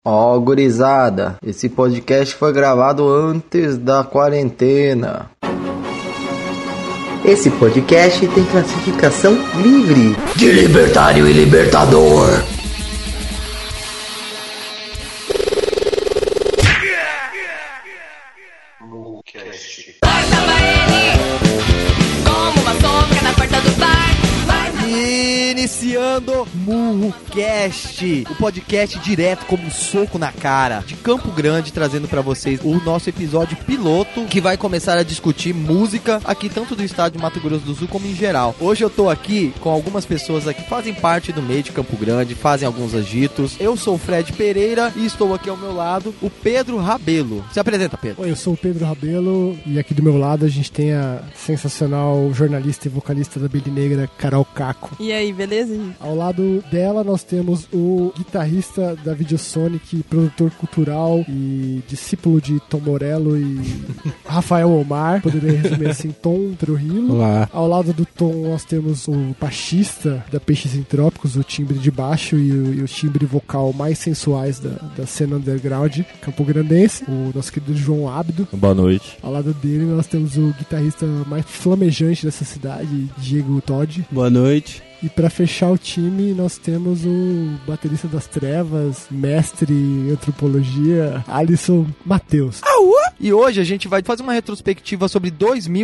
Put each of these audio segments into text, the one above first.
Ó, gurizada, esse podcast foi gravado antes da quarentena. Esse podcast tem classificação livre de libertário e libertador. Iniciando MurroCast, o podcast direto como um soco na cara, de Campo Grande, trazendo pra vocês o nosso episódio piloto, que vai começar a discutir música aqui, tanto do estado de Mato Grosso do Sul como em geral. Hoje eu tô aqui com algumas pessoas aqui que fazem parte do meio de Campo Grande, fazem alguns agitos. Eu sou o Fred Pereira e estou aqui ao meu lado o Pedro Rabelo. Se apresenta, Pedro. Oi, eu sou o Pedro Rabelo e aqui do meu lado a gente tem a sensacional jornalista e vocalista da Billy Negra, Carol Caco. E aí, beleza? Ao lado dela nós temos o guitarrista da Videosonic, produtor cultural e discípulo de Tom Morello e Rafael Omar, poderia resumir assim, Tom Trujillo. Olá. Ao lado do Tom nós temos o baixista da Peixes Entrópicos, o timbre de baixo e o timbre vocal mais sensuais da cena underground campograndense, o nosso querido João Abdo. Boa noite. Ao lado dele nós temos o guitarrista mais flamejante dessa cidade, Diego Todd. Boa noite. E pra fechar o time, nós temos o baterista das trevas, mestre em antropologia, Alisson Matheus. E hoje a gente vai fazer uma retrospectiva sobre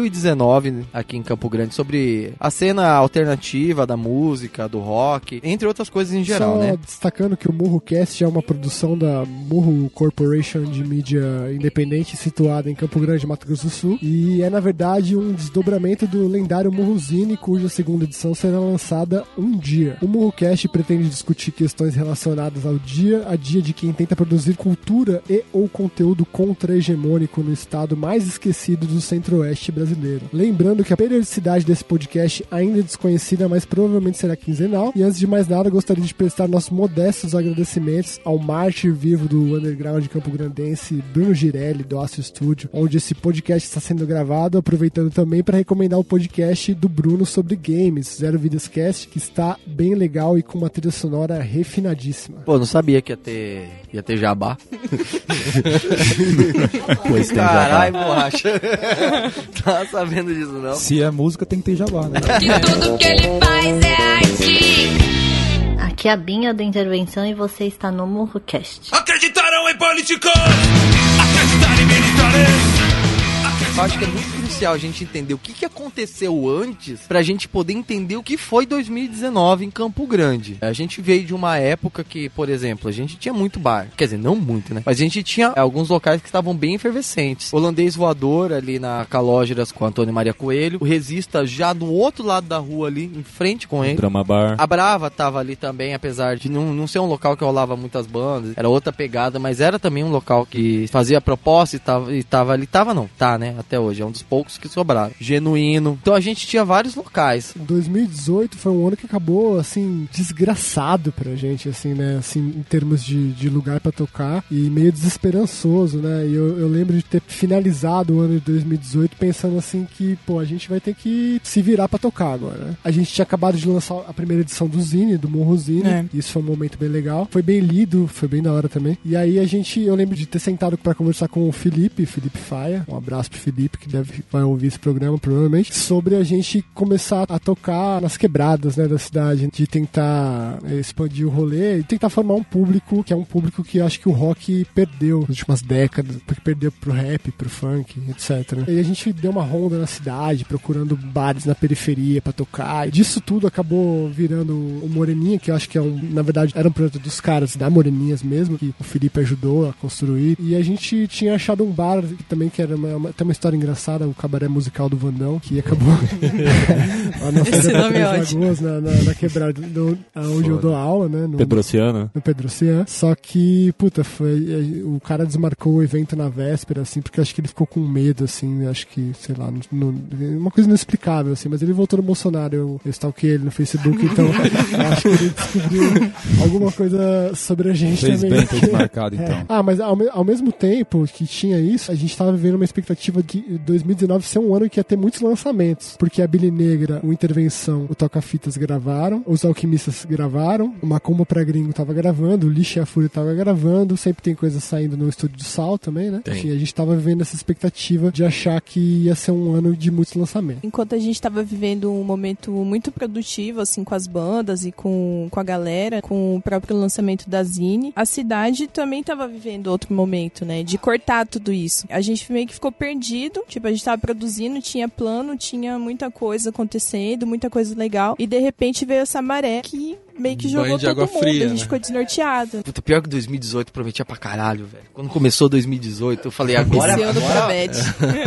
2019 aqui em Campo Grande, sobre a cena alternativa da música, do rock, entre outras coisas em geral, Só né? destacando que o MurroCast é uma produção da Murro Corporation de mídia independente situada em Campo Grande, Mato Grosso do Sul, e é na verdade um desdobramento do lendário Murrozine, cuja segunda edição será lançada um dia. O MurroCast pretende discutir questões relacionadas ao dia a dia de quem tenta produzir cultura e ou conteúdo contra-hegemônico no estado mais esquecido do centro-oeste brasileiro. Lembrando que a periodicidade desse podcast ainda é desconhecida, mas provavelmente será quinzenal. E antes de mais nada, gostaria de prestar nossos modestos agradecimentos ao mártir vivo do underground campograndense, Bruno Girelli, do Aço Studio, onde esse podcast está sendo gravado, aproveitando também para recomendar o podcast do Bruno sobre games, Zero Vidas Cast, que está bem legal e com uma trilha sonora refinadíssima. Pô, não sabia que ia ter jabá. Pois tem Caralho, jabá. borracha. Tá sabendo disso, não? Se é música, tem que ter jabá, né? Que tudo que ele faz é arte. Aqui é a Binha do Intervenção e você está no MurroCast. Acreditaram em políticos, acreditaram em militares. Eu acho que é muito crucial a gente entender o que aconteceu antes pra gente poder entender o que foi 2019 em Campo Grande. A gente veio de uma época que, por exemplo, a gente tinha muito bar. Quer dizer, não muito, né? Mas a gente tinha alguns locais que estavam bem efervescentes. Holandês Voador ali na Calógeras com Antônio Maria Coelho. O Resista já do outro lado da rua ali, em frente com ele. Drama Bar. A Brava tava ali também, apesar de não ser um local que rolava muitas bandas. Era outra pegada, mas era também um local que fazia proposta e tava ali. Tava não, tá, né? Até hoje. É um dos poucos que sobraram. Genuíno. Então a gente tinha vários locais. 2018 foi um ano que acabou, assim, desgraçado pra gente, assim, né? Assim, em termos de lugar pra tocar. E meio desesperançoso, né? E eu lembro de ter finalizado o ano de 2018 pensando, assim, que, pô, a gente vai ter que se virar pra tocar agora, né? A gente tinha acabado de lançar a primeira edição do Zine, do Murrozine. Isso foi um momento bem legal. Foi bem lido, foi bem da hora também. E aí eu lembro de ter sentado pra conversar com o Felipe Faia. Um abraço pro Felipe, que vai ouvir esse programa provavelmente, sobre a gente começar a tocar nas quebradas, né, da cidade, de tentar expandir o rolê e tentar formar um público, que é um público que eu acho que o rock perdeu nas últimas décadas, porque perdeu pro rap, pro funk, etc, né? E a gente deu uma ronda na cidade, procurando bares na periferia pra tocar, e disso tudo acabou virando o Moreninha, que eu acho que na verdade era um projeto dos caras da Moreninhas mesmo, que o Felipe ajudou a construir, e a gente tinha achado um bar também que era tem uma história engraçada, o cabaré musical do Vandão, que acabou a nossa Esse nome é ótimo. Lagoas, na quebrada onde eu dou aula, né? No Pedrociano. Só que, puta, o cara desmarcou o evento na véspera, assim, porque acho que ele ficou com medo, assim, acho que, sei lá, uma coisa inexplicável, assim, mas ele voltou no Bolsonaro, eu stalkei ele no Facebook, então acho que ele descobriu alguma coisa sobre a gente Fez também. bem ter desmarcado, então. Mas ao mesmo tempo que tinha isso, a gente tava vivendo uma expectativa que 2019 2019 ser um ano que ia ter muitos lançamentos, porque a Billy Negra, o Intervenção, o Toca-Fitas gravaram, os Alquimistas gravaram, o Macumba pra Gringo tava gravando, o Lixa e a Fúria tava gravando, sempre tem coisa saindo no estúdio do Sal também, né? Enfim, a gente tava vivendo essa expectativa de achar que ia ser um ano de muitos lançamentos. Enquanto a gente tava vivendo um momento muito produtivo, assim, com as bandas e com a galera, com o próprio lançamento da Zine, a cidade também tava vivendo outro momento, né? De cortar tudo isso. A gente meio que ficou perdido, tipo, a gente tava produzindo, tinha plano, tinha muita coisa acontecendo, muita coisa legal, e de repente veio essa maré que meio que jogou todo mundo, fria, a gente ficou desnorteado. Puta, pior que 2018 prometia pra caralho, velho. Quando começou 2018, eu falei, agora promete.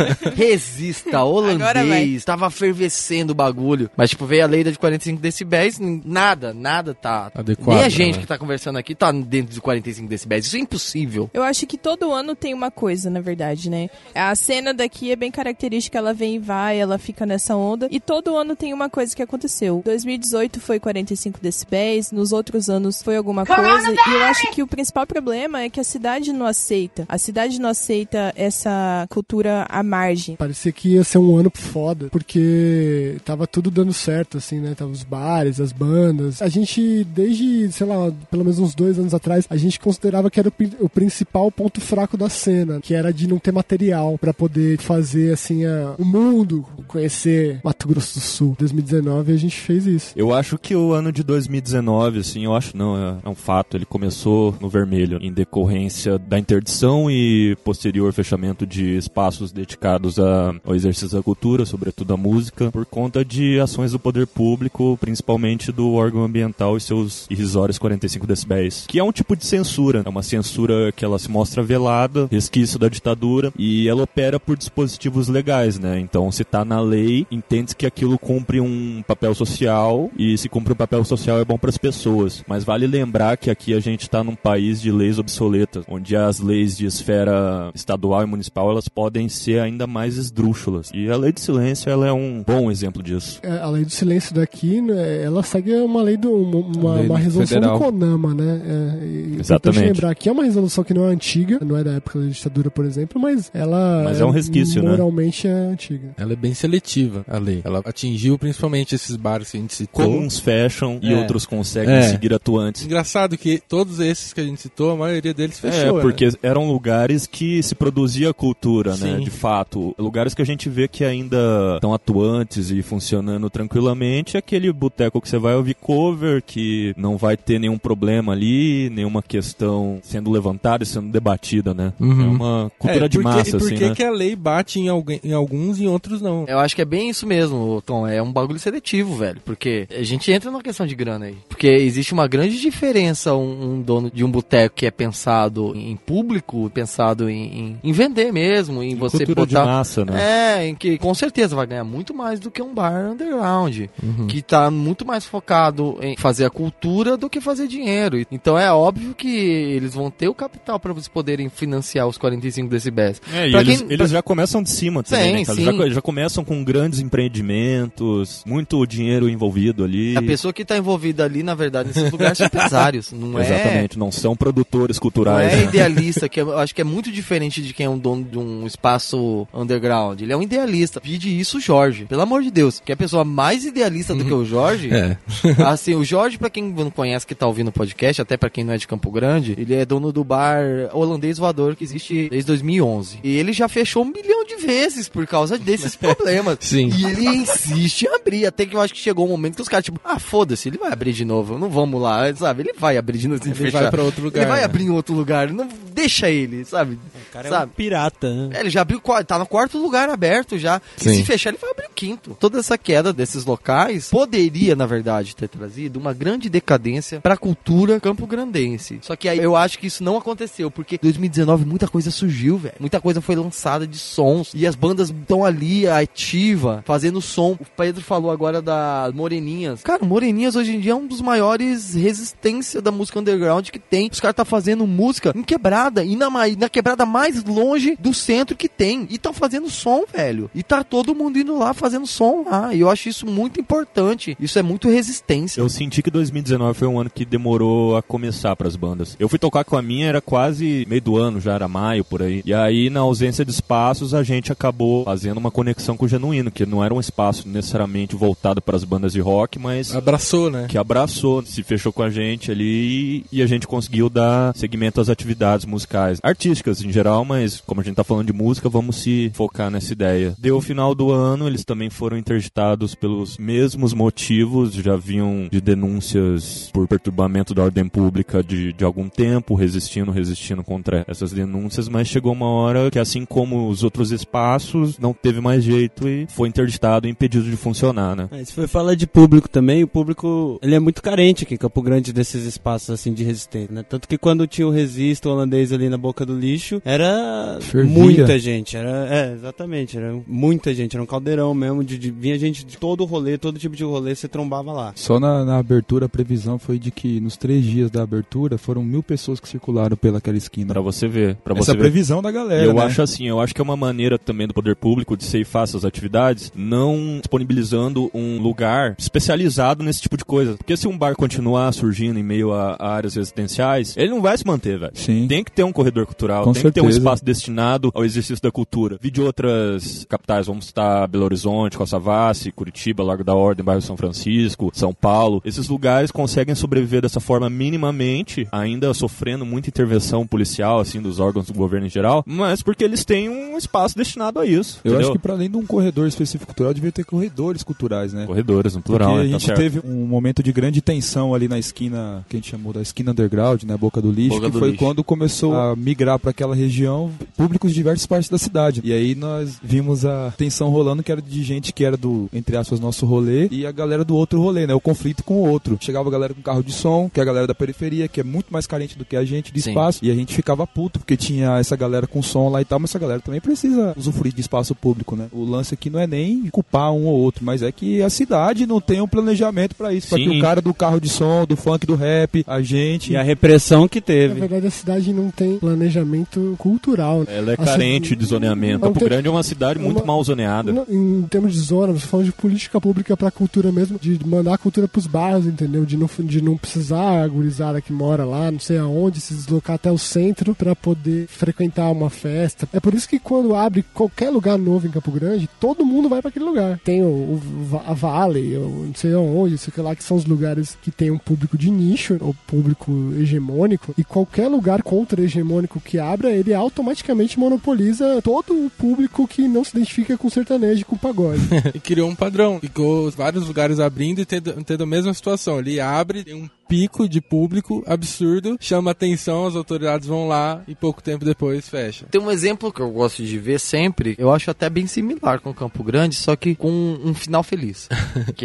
Resista, holandês, tava fervescendo o bagulho. Mas, tipo, veio a lei de 45 decibéis, nada tá adequado. Nem a gente que tá conversando aqui tá dentro de 45 decibéis. Isso é impossível. Eu acho que todo ano tem uma coisa, na verdade, né? A cena daqui é bem característica, ela vem e vai, ela fica nessa onda. E todo ano tem uma coisa que aconteceu. 2018 foi 45 decibéis, nos outros anos foi alguma coisa, e eu acho que o principal problema é que a cidade não aceita. A cidade não aceita essa cultura à margem. Parecia que ia ser um ano foda, porque tava tudo dando certo, assim, né? Tava os bares, as bandas. A gente, desde, sei lá, pelo menos uns 2 anos atrás, a gente considerava que era o principal ponto fraco da cena, que era de não ter material pra poder fazer, assim, o mundo conhecer Mato Grosso do Sul. 2019 a gente fez isso. Eu acho que o ano de 2019, assim, eu acho não, é um fato, ele começou no vermelho, em decorrência da interdição e posterior fechamento de espaços dedicados ao exercício da cultura, sobretudo a música, por conta de ações do poder público, principalmente do órgão ambiental e seus irrisórios 45 decibéis, que é um tipo de censura, é uma censura que ela se mostra velada, resquício da ditadura, e ela opera por dispositivos legais, né? Então, se tá na lei, entende-se que aquilo cumpre um papel social, e se cumpre um papel social é bom para as pessoas, mas vale lembrar que aqui a gente está num país de leis obsoletas, onde as leis de esfera estadual e municipal elas podem ser ainda mais esdrúxulas, e a lei de silêncio ela é um bom exemplo disso. A lei do silêncio daqui, ela segue uma lei uma resolução federal do CONAMA, né? Exatamente. Lembrar que é uma resolução que não é antiga, não é da época da ditadura, por exemplo, mas ela é um resquício, moralmente né? É antiga. Ela é bem seletiva, a lei. Ela atingiu principalmente esses bares que a gente citou. Como uns fecham e outros conseguem seguir atuantes. Engraçado que todos esses que a gente citou, a maioria deles fechou. Porque né? eram lugares que se produzia cultura, Sim. né? De fato. Lugares que a gente vê que ainda estão atuantes e funcionando tranquilamente. Aquele boteco que você vai ouvir cover, que não vai ter nenhum problema ali, nenhuma questão sendo levantada e sendo debatida, né? Uhum. É uma cultura de massa, por assim, que né? que a lei bate em alguns e em outros não? Eu acho que é bem isso mesmo, Tom. É um bagulho seletivo, velho. Porque a gente entra numa questão de grana aí. Porque existe uma grande diferença um dono de um boteco que é pensado em público, pensado em vender mesmo, em você cultura botar... de massa, né? Em que com certeza vai ganhar muito mais do que um bar underground, que tá muito mais focado em fazer a cultura do que fazer dinheiro. Então é óbvio que eles vão ter o capital para vocês poderem financiar os 45 decibéis. E eles já começam de cima também, sim, né? Sim. Já começam com grandes empreendimentos, muito dinheiro envolvido ali. A pessoa que tá envolvida ali, na verdade, nesses lugares são empresários, não é... Exatamente, não são produtores culturais. Não é idealista, que eu acho que é muito diferente de quem é um dono de um espaço underground. Ele é um idealista. Pede isso o Jorge, pelo amor de Deus, que é a pessoa mais idealista do que o Jorge. Assim, o Jorge, pra quem não conhece que tá ouvindo o podcast, até pra quem não é de Campo Grande, ele é dono do bar Holandês Voador, que existe desde 2011. E ele já fechou 1 milhão de vezes por causa desses problemas. Sim. E ele insiste em abrir, até que eu acho que chegou um momento que os caras, tipo, foda-se, ele vai abrir de novo, não vamos lá, sabe? Ele vai abrir de novo, ele vai pra outro lugar. Ele vai abrir em outro lugar, não deixa ele, sabe? O cara é um pirata, né? Ele já abriu, tá no 4º lugar aberto já. Sim. E se fechar, ele vai abrir o 5º. Toda essa queda desses locais poderia, na verdade, ter trazido uma grande decadência pra cultura campograndense. Só que aí eu acho que isso não aconteceu, porque em 2019 muita coisa surgiu, velho. Muita coisa foi lançada de sons. E as bandas estão ali, ativa, fazendo som. O Pedro falou agora da Moreninhas. Cara, Moreninhas hoje em dia é um dos maiores resistência da música underground que tem. Os caras tá fazendo música em quebrada. E na quebrada mais longe do centro que tem. E tá fazendo som, velho. E tá todo mundo indo lá fazendo som lá. E eu acho isso muito importante. Isso é muito resistência. Eu senti que 2019 foi um ano que demorou a começar pras bandas. Eu fui tocar com a minha, era quase meio do ano, já era maio, por aí. E aí, na ausência de espaços, a gente acabou fazendo uma conexão com o Genuíno, que não era um espaço necessariamente voltado para as bandas de rock, mas... Abraçou, né? Que abraçou, se fechou com a gente ali e a gente conseguiu dar seguimento às atividades musicais. Artísticas, em geral, mas como a gente tá falando de música, vamos se focar nessa ideia. Deu o final do ano, eles também foram interditados pelos mesmos motivos, já vinham de denúncias por perturbamento da ordem pública de algum tempo, resistindo contra essas denúncias, mas chegou uma hora que, assim como os outros espaços, não teve mais jeito e foi interditado e impedido de funcionar, né? Se for falar de público também, o público, ele é muito carente aqui em Campo Grande desses espaços, assim, de resistência, né? Tanto que quando tinha o Resisto holandês ali na Boca do Lixo, era muita gente, exatamente, era muita gente, era um caldeirão mesmo, vinha gente de todo o rolê, todo tipo de rolê, você trombava lá. Só na abertura, a previsão foi de que nos 3 dias da abertura, foram 1.000 pessoas que circularam pelaquela esquina. Pra você ver. Essa previsão da galera, eu né? acho que é uma maneira também do poder público de ceifar essas atividades, não disponibilizando um lugar especializado nesse tipo de coisa. Porque se um bar continuar surgindo em meio a áreas residenciais, ele não vai se manter, velho. Sim. Tem que ter um corredor cultural, Com tem certeza. que ter um espaço destinado ao exercício da cultura. Vi de outras capitais, vamos citar Belo Horizonte, Costa Savassi, Curitiba, Largo da Ordem, bairro São Francisco, São Paulo. Esses lugares conseguem sobreviver dessa forma minimamente, ainda sofrendo muita intervenção policial, assim, dos órgãos do governo em geral, mas porque eles têm um espaço destinado a isso. Eu entendeu? acho que para além de um corredor específico cultural, devia ter corredores culturais, né? Corredores, no plural, porque né? a gente teve um momento de grande tensão ali na esquina, que a gente chamou da esquina underground, né? Boca do Lixo, que foi quando começou a migrar para aquela região públicos de diversas partes da cidade. E aí nós vimos a tensão rolando, que era de gente que era do, entre aspas, nosso rolê, e a galera do outro rolê, né? O conflito com o outro. Chegava a galera com carro de som, que é a galera da periferia, que é muito mais carente do que a gente de espaço, e a gente ficava puto, porque tinha essa galera com som lá e tal, mas essa galera também precisa usufruir de espaço público, né? O lance aqui não é nem culpar um ou outro, mas é que a cidade não tem um planejamento pra isso, pra que o cara do carro de som, do funk, do rap, a gente... E a repressão que teve. Na verdade, a cidade não tem planejamento cultural. Ela é carente de zoneamento. Campo Grande é uma cidade muito mal zoneada. Em termos de zona, você falando de política pública pra cultura mesmo, de mandar a cultura pros bairros, entendeu? De não precisar a gurizada que mora lá, não sei aonde, se deslocar até o centro pra poder frequentar uma festa. É por isso que quando abre qualquer lugar novo em Campo Grande, todo mundo vai pra aquele lugar. Tem a Vale, não sei aonde, sei lá, que são os lugares que tem um público de nicho, ou público hegemônico, e qualquer lugar contra-hegemônico que abra, ele automaticamente monopoliza todo o público que não se identifica com sertanejo e com pagode. E criou um padrão. Ficou vários lugares abrindo e tendo a mesma situação. Ele abre, tem um pico de público absurdo, chama atenção, as autoridades vão lá e pouco tempo depois fecha. Tem um exemplo que eu gosto de ver sempre, eu acho até bem similar com Campo Grande, só que com um final feliz. Que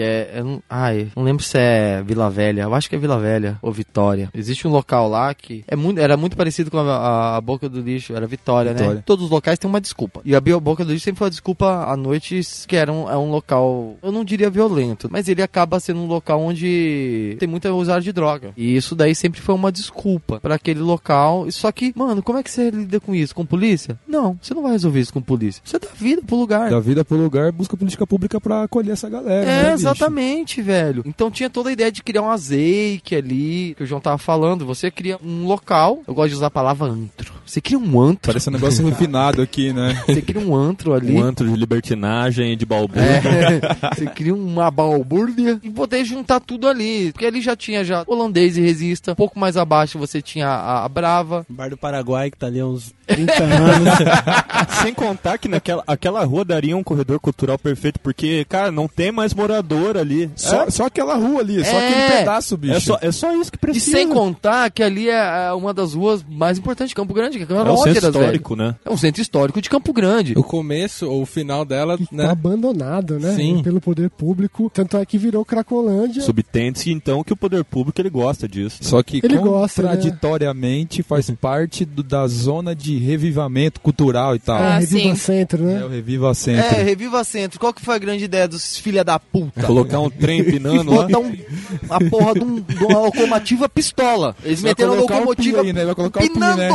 não lembro se é Vila Velha, eu acho que é Vila Velha ou Vitória. Existe um local lá que era muito parecido com a Boca do Lixo, era Vitória, né? Todos os locais têm uma desculpa. E a Boca do Lixo sempre foi uma desculpa à noite, que é um local, eu não diria violento, mas ele acaba sendo um local onde tem muita usuário de droga. E isso daí sempre foi uma desculpa pra aquele local. Só que, mano, como é que você lida com isso? Com polícia? Não, você não vai resolver isso com polícia. Você dá vida pro lugar. Dá vida pro lugar, busca política pública pra acolher essa galera. Né, exatamente, velho. Então tinha toda a ideia de criar um azeite ali, que o João tava falando. Você cria um local, eu gosto de usar a palavra antro. Você cria um antro. Parece um negócio refinado aqui, né? Você cria um antro ali. Um antro de libertinagem, de balbúrdia. Você cria uma balbúrdia e poder juntar tudo ali. Porque ali já tinha Holandês e Resista. Um pouco mais abaixo você tinha a Brava. Bar do Paraguai, que tá ali há uns 30 anos. Sem contar que aquela rua daria um corredor cultural perfeito, porque, cara, não tem mais morador ali. Só aquela rua ali, só aquele pedaço, bicho. É só isso que precisa. E sem contar que ali é uma das ruas mais importantes de Campo Grande, que é um centro histórico, velho. Né? É um centro histórico de Campo Grande. O começo ou o final dela, né? Tá abandonado, né? Sim. Pelo poder público. Tanto é que virou Cracolândia. Subtende-se, então, que o poder público ele gosta disso. Só que contraditoriamente faz parte da zona de revivamento cultural e tal. Reviva Centro, né? O Reviva Centro. Reviva Centro. Qual que foi a grande ideia dos filha da puta? Colocar um trem pinando lá. Botar a porra de uma locomotiva pistola. Eles meteram a locomotiva aí, né? Vai colocar pinando. Poucos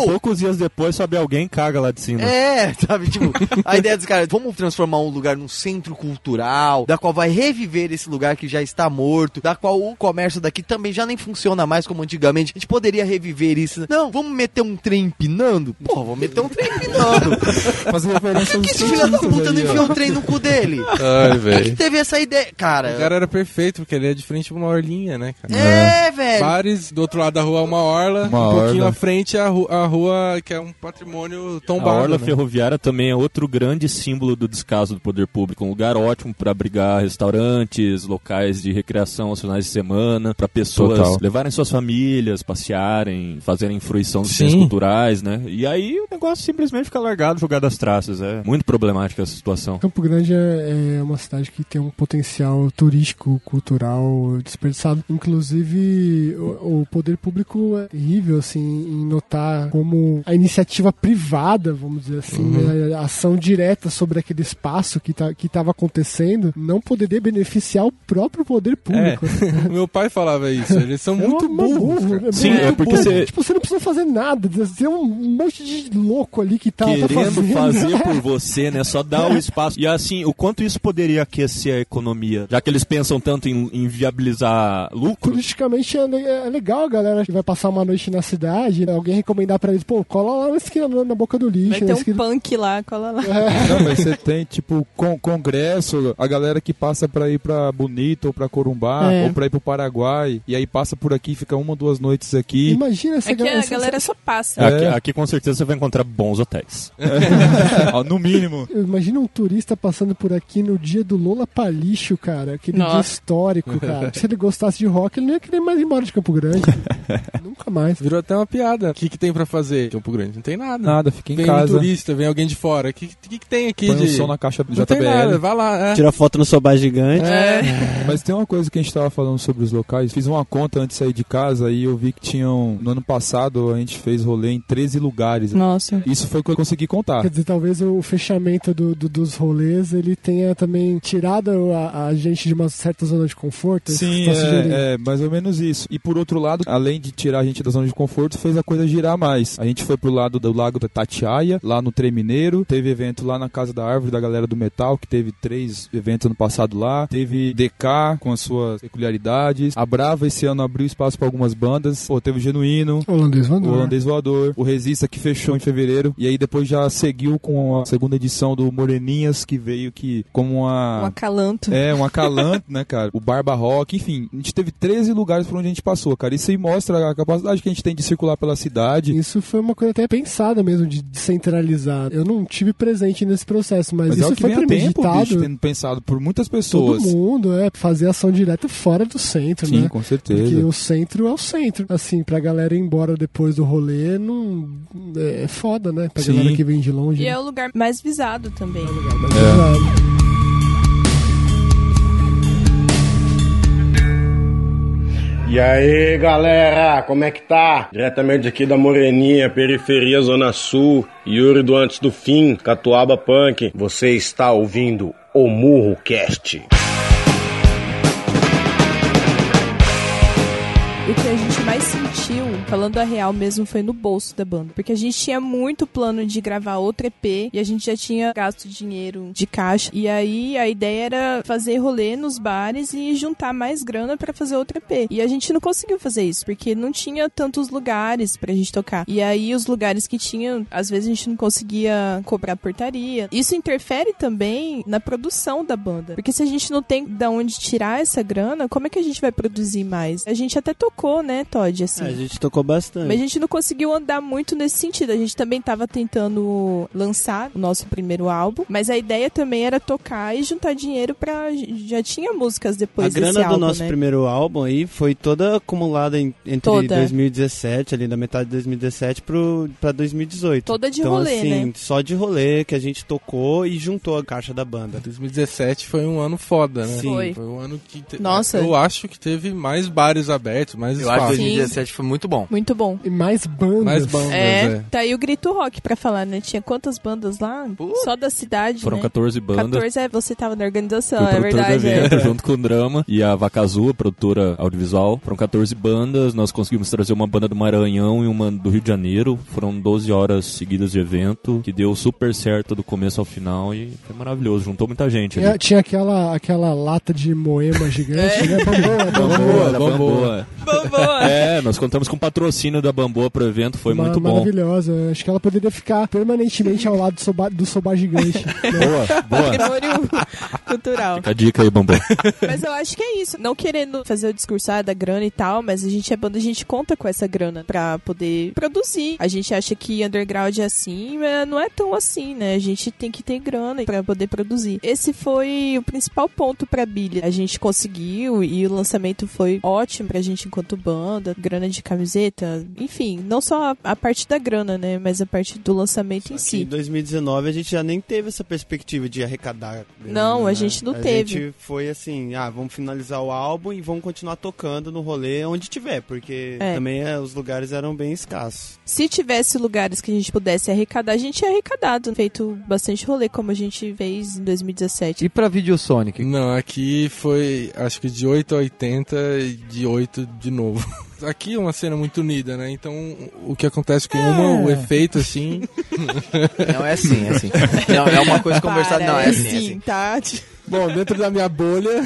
dias depois sobe alguém e caga lá de cima. Sabe, tipo, a ideia dos caras, vamos transformar um lugar num centro cultural, da qual vai reviver esse lugar que já está morto, da qual o comércio daqui também já nem funciona mais como antigamente. A gente poderia reviver isso. Não, vamos meter um trem empinando? Pô, vamos meter um trem empinando. Fazer referência Por que esse filho da puta não enfiou um trem no cu dele? Ai, velho. Que teve essa ideia? Cara, o cara era perfeito, porque ele é de frente pra uma orlinha, né, cara? Velho. Bares, do outro lado da rua uma orla, pouquinho à frente a rua que é um patrimônio tombado. A orla né? ferroviária também é outro grande símbolo do descaso do poder público. Um lugar ótimo para abrigar restaurantes, locais de recreação aos finais de semana, para pessoas levarem suas famílias, passearem, fazerem fruição dos bens culturais, né? E aí o negócio simplesmente fica largado, jogado às traças. É muito problemática essa situação. Campo Grande é uma cidade que tem um potencial turístico, cultural desperdiçado. Inclusive, o poder público é terrível, assim, em notar como a iniciativa privada, vamos dizer assim, né, a ação direta sobre aquele espaço que estava acontecendo, não poderia beneficiar o próprio poder público. Meu pai falava isso, eles são muito burros. Sim, é porque você... Tipo, você não precisa fazer nada, tem um monte de louco ali que tá querendo fazer por você, né? Só dá o espaço. E assim, o quanto isso poderia aquecer a economia? Já que eles pensam tanto em viabilizar lucro. Turisticamente é legal a galera que vai passar uma noite na cidade, alguém recomendar pra eles, pô, cola lá na esquina, na boca do lixo. Vai ter um punk lá, cola lá. Não, mas você tem, tipo, congresso, a galera que passa pra ir pra Bonito ou pra Corumbá, ou pra ir pro Paraguai, e aí passa por aqui, fica 1 ou 2 noites aqui. Imagina essa galera. A galera só passa. Aqui com certeza você vai encontrar bons hotéis. No mínimo. Imagina um turista passando por aqui no dia do Lollapalooza, cara. Aquele dia histórico, cara. Se ele gostasse de rock, ele não ia querer mais ir embora de Campo Grande. Nunca mais. Virou até uma piada. O que tem pra fazer em Campo Grande? Não tem nada. Nada, fica em casa. Vem um turista, vem alguém de fora. O que tem aqui? Põe um som na caixa do JBL. Tem nada, vai lá. Tira foto no Sobá Gigante. Mas tem uma coisa que a gente tava falando sobre os locais. Fiz uma conta antes de sair de casa e eu vi que tinham... No ano passado, a gente fez rolê em 13 lugares. Nossa. Isso foi o que eu consegui contar. Quer dizer, talvez o fechamento dos rolês, ele tenha também tirado a gente de uma certa zona de conforto. Sim, é mais ou menos isso. E por outro lado, além de tirar a gente da zona de conforto, fez a coisa girar mais. A gente foi pro lado do Lago da Tatiaia, lá no Trem Mineiro. Teve evento lá na Casa da Árvore da galera do Metal, que teve 3 eventos ano passado lá. Teve DK com as suas peculiaridades. A Brava esse ano abriu espaço para algumas bandas. Pô, teve o Genuíno, o Holandês Voador, o Resista, que fechou em fevereiro. E aí depois já seguiu com a segunda edição do Moreninhas, que veio como um acalanto. Um acalanto, né, cara? O Barba Rock, enfim. A gente teve 13 lugares por onde a gente passou, cara. Isso aí mostra a capacidade que a gente tem de circular pela cidade. Isso foi uma coisa até pensada mesmo, de descentralizar. Eu não tive presente nesse processo, mas isso foi premeditado. Bicho, tendo pensado por muitas pessoas. Todo mundo, fazer ação direta fora do centro, né? Sim, com certeza. Porque o centro é o centro. Assim, pra galera ir embora depois do rolê, não... é foda, né? Pra galera que vem de longe. E é o lugar mais visado também. É o lugar mais visado. E aí, galera, como é que tá? Diretamente aqui da Moreninha, periferia Zona Sul, Yuri do Antes do Fim, Catuaba Punk. Você está ouvindo o Murro Cast. O que a gente mais sentiu, falando a real mesmo, foi no bolso da banda. Porque a gente tinha muito plano de gravar outro EP e a gente já tinha gasto dinheiro de caixa. E aí a ideia era fazer rolê nos bares e juntar mais grana pra fazer outro EP. E a gente não conseguiu fazer isso, porque não tinha tantos lugares pra gente tocar. E aí os lugares que tinham, às vezes a gente não conseguia cobrar portaria. Isso interfere também na produção da banda. Porque se a gente não tem de onde tirar essa grana, como é que a gente vai produzir mais? A gente até tocou, né, Todd? Assim. A gente tocou bastante. Mas a gente não conseguiu andar muito nesse sentido. A gente também tava tentando lançar o nosso primeiro álbum, mas a ideia também era tocar e juntar dinheiro pra... Já tinha músicas depois desse álbum, né? A grana do nosso primeiro álbum aí foi toda acumulada entre 2017, ali da metade de 2017 pra 2018. Toda de então, rolê, assim, né? Só de rolê que a gente tocou e juntou a caixa da banda. 2017 foi um ano foda, né? Sim. Foi um ano que... Nossa. Eu acho que teve mais bares abertos, mais espaço. Eu acho que 2017 foi muito bom. Muito bom. E mais bandas. Tá aí o Grito Rock pra falar, né? Tinha quantas bandas lá? Só da cidade, Foram né? 14 bandas. 14 você tava na organização, Fui é verdade. do evento, junto com o Drama e a Vaca Azul, a produtora audiovisual. Foram 14 bandas, nós conseguimos trazer uma banda do Maranhão e uma do Rio de Janeiro. Foram 12 horas seguidas de evento, que deu super certo do começo ao final e foi maravilhoso, juntou muita gente ali. Tinha aquela lata de moema gigante, né? Bamboa. Nós contamos com o patrocínio da Bamboa pro evento, foi muito bom. Maravilhosa, acho que ela poderia ficar permanentemente ao lado do Soba Gigante. Boa. Patrimônio cultural. Fica a dica aí, Bamboa. Mas eu acho que é isso, não querendo fazer o discurso da grana e tal, mas a gente é banda, a gente conta com essa grana pra poder produzir. A gente acha que underground é assim, mas não é tão assim, né? A gente tem que ter grana pra poder produzir. Esse foi o principal ponto pra Bilha. A gente conseguiu e o lançamento foi ótimo pra gente enquanto banda, grana de camiseta, enfim, não só a parte da grana, né? Mas a parte do lançamento em si. Em 2019 a gente já nem teve essa perspectiva de arrecadar grana, não, a né? gente não teve. A gente foi assim, vamos finalizar o álbum e vamos continuar tocando no rolê onde tiver, porque também os lugares eram bem escassos. Se tivesse lugares que a gente pudesse arrecadar, a gente ia arrecadado, feito bastante rolê, como a gente fez em 2017. E pra Videosonic? Não, aqui foi, acho que de 8 a 80 e de 8 de novo. Aqui é uma cena muito unida, né? Então, o que acontece com o efeito, assim... Não, é assim. Não, é uma coisa conversada, não, é assim. Tá? Bom, dentro da minha bolha...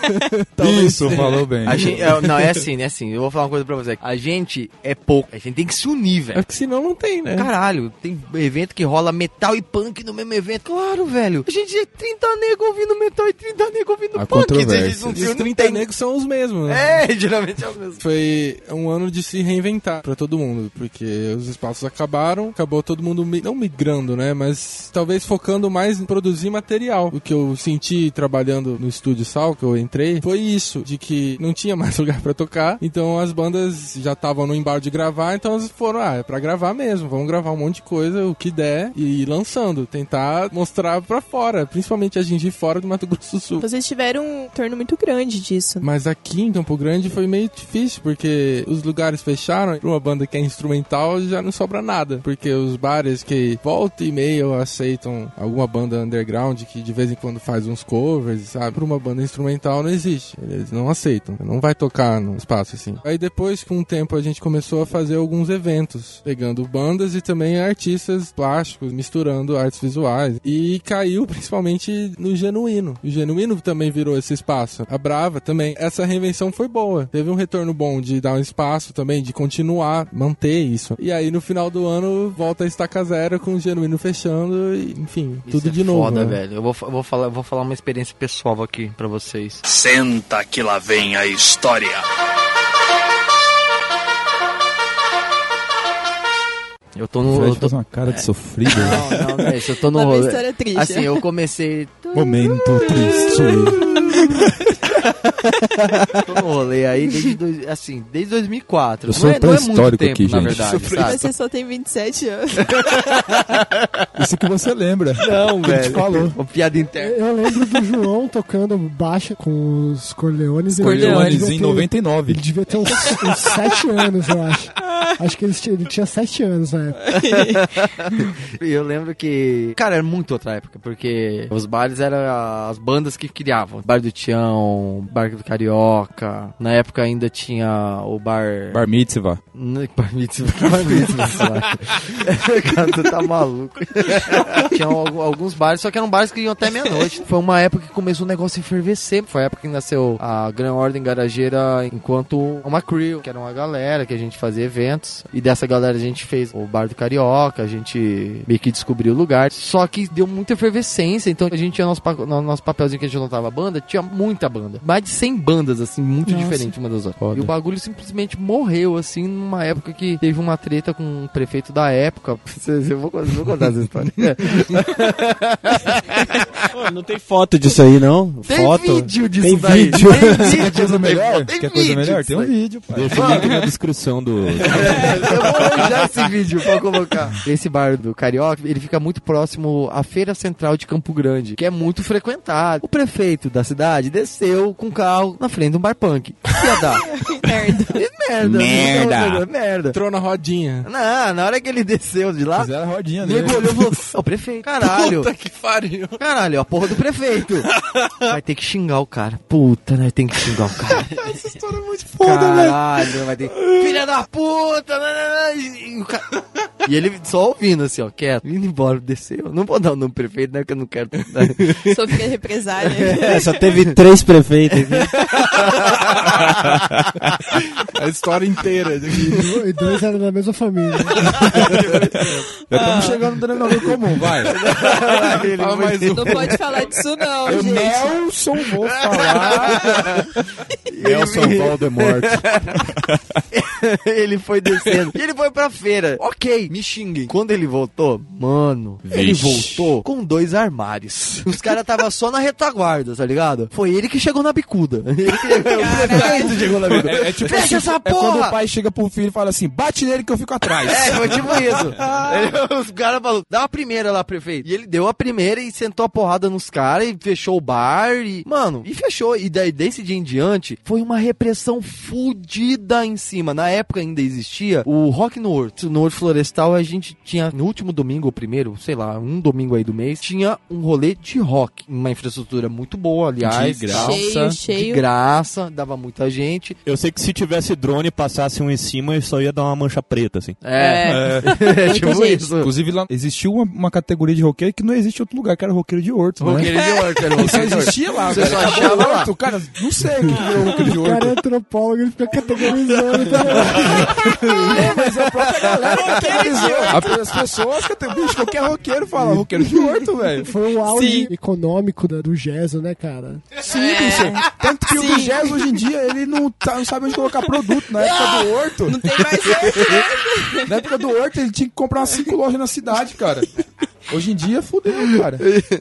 Isso, falou bem. Não, é assim. Eu vou falar uma coisa pra você. A gente é pouco. A gente tem que se unir, velho. É porque senão não tem, né? Caralho, tem evento que rola metal e punk no mesmo evento. Claro, velho. A gente é 30 negros ouvindo metal e 30 negros ouvindo punk. E os 30 negros são os mesmos, né? Geralmente é os mesmos. Foi um ano de se reinventar pra todo mundo, porque os espaços acabaram, acabou todo mundo, não migrando, né? Mas talvez focando mais em produzir material. O que eu senti trabalhando no Estúdio Sal, que eu entrei, foi isso, de que não tinha mais lugar pra tocar, então as bandas já estavam no embalo de gravar, então elas foram, é pra gravar mesmo, vamos gravar um monte de coisa, o que der, e ir lançando, tentar mostrar pra fora, principalmente a gente fora do Mato Grosso do Sul. Vocês tiveram um torno muito grande disso. Mas aqui em Campo Grande foi meio difícil, porque os lugares fecharam, pra uma banda que é instrumental já não sobra nada, porque os bares que volta e meia aceitam alguma banda underground que de vez em quando faz uns covers, sabe? Pra uma banda instrumental não existe. Eles não aceitam. Não vai tocar no espaço assim. Aí depois, com o tempo, a gente começou a fazer alguns eventos, pegando bandas e também artistas plásticos, misturando artes visuais. E caiu principalmente no Genuíno. O Genuíno também virou esse espaço. A Brava também. Essa reinvenção foi boa. Teve um retorno bom de dar um espaço também, de continuar, manter isso. E aí no final do ano, volta a estaca zero com o Genuíno fechando e, enfim, isso tudo de novo. Foda, né? velho. Eu vou falar uma experiência pessoal aqui pra vocês. Senta que lá vem a história. Eu tô no... Fred faz uma cara de sofrido. Não é isso. Eu tô no rolê. Assim, eu comecei... Momento triste. Tô no rolê aí desde 2004. Eu sou pré-histórico aqui, na gente. Verdade, sabe? Você só tem 27 anos. Isso que você lembra. Não, velho. Falou. Uma piada interna. Eu lembro do João tocando baixo com os Corleones. Corleones em 99. Ele devia ter uns 7 anos, eu acho. Acho que ele tinha 7 anos na época. Eu lembro que... Cara, era muito outra época, porque os bares eram as bandas que criavam. Bar do Tião, Bar do Carioca. Na época ainda tinha o bar... Bar Mitzvah. Bar Mitzvah. Cara, você tá maluco. Tinha alguns bares, só que eram bares que iam até meia-noite. Foi uma época que começou o negócio a efervescer. Foi a época que nasceu a Gran Ordem Garageira enquanto uma crew, que era uma galera que a gente fazia eventos. E dessa galera a gente fez o Bar do Carioca, a gente meio que descobriu o lugar. Só que deu muita efervescência, então a gente tinha nosso papelzinho que a gente anotava a banda, tinha muita banda. Mais de 100 bandas, assim, muito diferentes uma das outras. Foda. E o bagulho simplesmente morreu, assim, numa época que teve uma treta com o prefeito da época. Eu vou contar essa história. Pô, não tem foto disso aí, não? Tem foto? Vídeo disso tem daí. Vídeo. Quer coisa melhor? Quer coisa melhor? Tem um vídeo, pai. Deixa o link na descrição do... Eu vou arranjar esse vídeo pra colocar. Esse bar do Carioca, ele fica muito próximo à Feira Central de Campo Grande, que é muito frequentado. O prefeito da cidade desceu com o carro na frente de um bar punk. O que ia dar? Merda. Entrou na rodinha. Não, na hora que ele desceu de lá, fizeram a rodinha ele olhou e falou, o prefeito. Caralho. Puta que pariu. Caralho, a porra do prefeito. Vai ter que xingar o cara. Puta, né? Tem que xingar o cara. Essa história é muito foda, velho. Caralho, vai ter... Filha da puta. E ele só ouvindo assim, ó, quieto. Indo embora, desceu. Não vou dar o nome do prefeito, né? Que eu não quero... Sofrer represália. Só teve 3 prefeitos aqui. A história inteira. E 2 eram da mesma família. Já estamos chegando no denominador comum, vai. Fala mais um. Não pode falar disso não, Eu gente. Nelson vou falar. Nelson Voldemort. Ele foi descendo. E ele foi pra feira. Ok, me xinguem. Quando ele voltou, mano, ele voltou com 2 armários. Os caras tava só na retaguarda, tá ligado? Foi ele que chegou na bicuda. Ele que chegou na bicuda. É tipo fecha essa porra! É quando o pai chega pro filho e fala assim, bate nele que eu fico atrás. Foi tipo isso. Os caras falaram, dá a primeira lá, prefeito. E ele deu a primeira e sentou a porrada nos caras e fechou o bar e... Mano, e fechou. E daí, desse dia em diante, foi uma repressão fudida em cima. Na época ainda existia o Rock no Horto. No Horto Florestal, a gente tinha, no último domingo, ou primeiro, sei lá, um domingo aí do mês, tinha um rolê de rock. Uma infraestrutura muito boa, aliás. De graça. Cheio. De graça, dava muita gente. Eu sei que se tivesse drone e passasse um em cima, só ia dar uma mancha preta, assim. Tipo isso. Inclusive lá existiu uma categoria de roqueiro que não existe em outro lugar, que era roqueiro de horto, né? Roqueiro de horto, era Isso existia lá, Você velho. só Acabou achava o lá. horto, cara, não sei o que virou roqueiro de O horto. cara é antropólogo, ele fica categorizando. Mas a própria galera categorizou. As pessoas, bicho, qualquer roqueiro fala roqueiro de horto, velho. Foi um auge econômico do Gesso, né, cara? Sim, bicho. Tanto que o do Jazz hoje em dia, ele não sabe onde colocar produto. Na época do horto... Não tem mais Na época do horto, ele tinha que comprar umas 5 lojas na cidade, cara. Hoje em dia, fudeu, cara.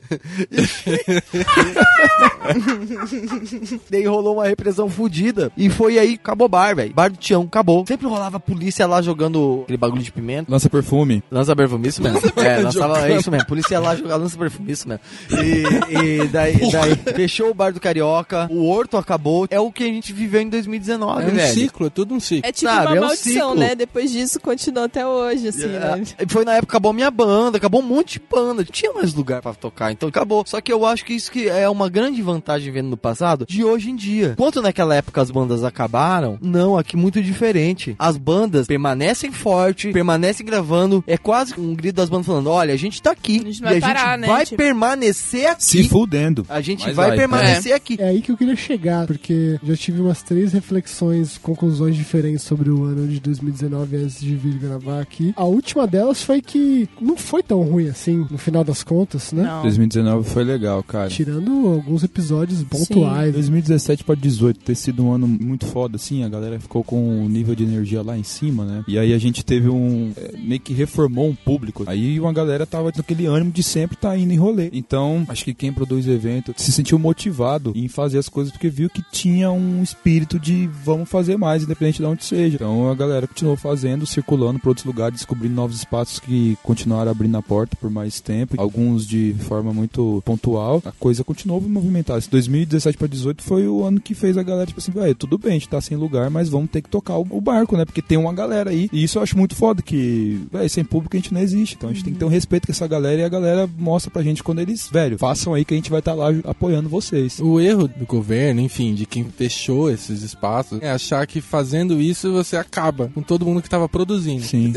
Daí rolou uma repressão fudida. E foi aí, acabou o bar, velho. Bar do Tião, acabou. Sempre rolava a polícia lá jogando aquele bagulho de pimenta. Lança perfume. Lança perfume, isso mesmo. É isso mesmo. Polícia lá jogando lança perfume, isso mesmo. E daí fechou o bar do Carioca. O Horto acabou. É o que a gente viveu em 2019, velho. É um ciclo, é tudo um ciclo. É tipo Sabe, uma é um maldição, ciclo. né? Depois disso, continuou até hoje, assim, né? Foi na época que acabou minha banda, acabou um monte de banda. Tinha mais lugar pra tocar, então acabou. Só que eu acho que isso que é uma grande vantagem vendo no passado de hoje em dia. Enquanto naquela época as bandas acabaram, não, aqui muito diferente. As bandas permanecem fortes, permanecem gravando. É quase um grito das bandas falando, olha, a gente tá aqui. A gente vai e parar, a gente né? vai Tipo... permanecer aqui. Se fudendo. A gente Mas vai permanecer aqui. É aí que eu queria chegar, porque já tive umas 3 reflexões, conclusões diferentes sobre o ano de 2019 antes de vir gravar aqui. A última delas foi que não foi tão ruim assim, no final das contas, né? Não. 2019 foi legal, cara. Tirando alguns episódios pontuais. 2017 para 2018 ter sido um ano muito foda, assim, a galera ficou com um nível de energia lá em cima, né? E aí a gente teve meio que reformou um público. Aí uma galera tava naquele ânimo de sempre tá indo em rolê. Então, acho que quem produz evento se sentiu motivado em fazer as coisas porque viu que tinha um espírito de vamos fazer mais, independente de onde seja. Então a galera continuou fazendo, circulando para outros lugares, descobrindo novos espaços que continuaram abrindo a porta por mais tempo. Alguns de forma muito pontual. A coisa continuou movimentada. Esse 2017 para 2018 foi o ano que fez a galera, tipo assim, velho, tudo bem, a gente tá sem lugar, mas vamos ter que tocar o barco, né? Porque tem uma galera aí. E isso eu acho muito foda, que, velho, sem público a gente não existe. Então a gente tem que ter um respeito com essa galera e a galera mostra pra gente quando eles, velho, façam aí que a gente vai estar lá apoiando vocês. O erro do governo, enfim, de quem fechou esses espaços, é achar que fazendo isso você acaba com todo mundo que tava produzindo. Sim.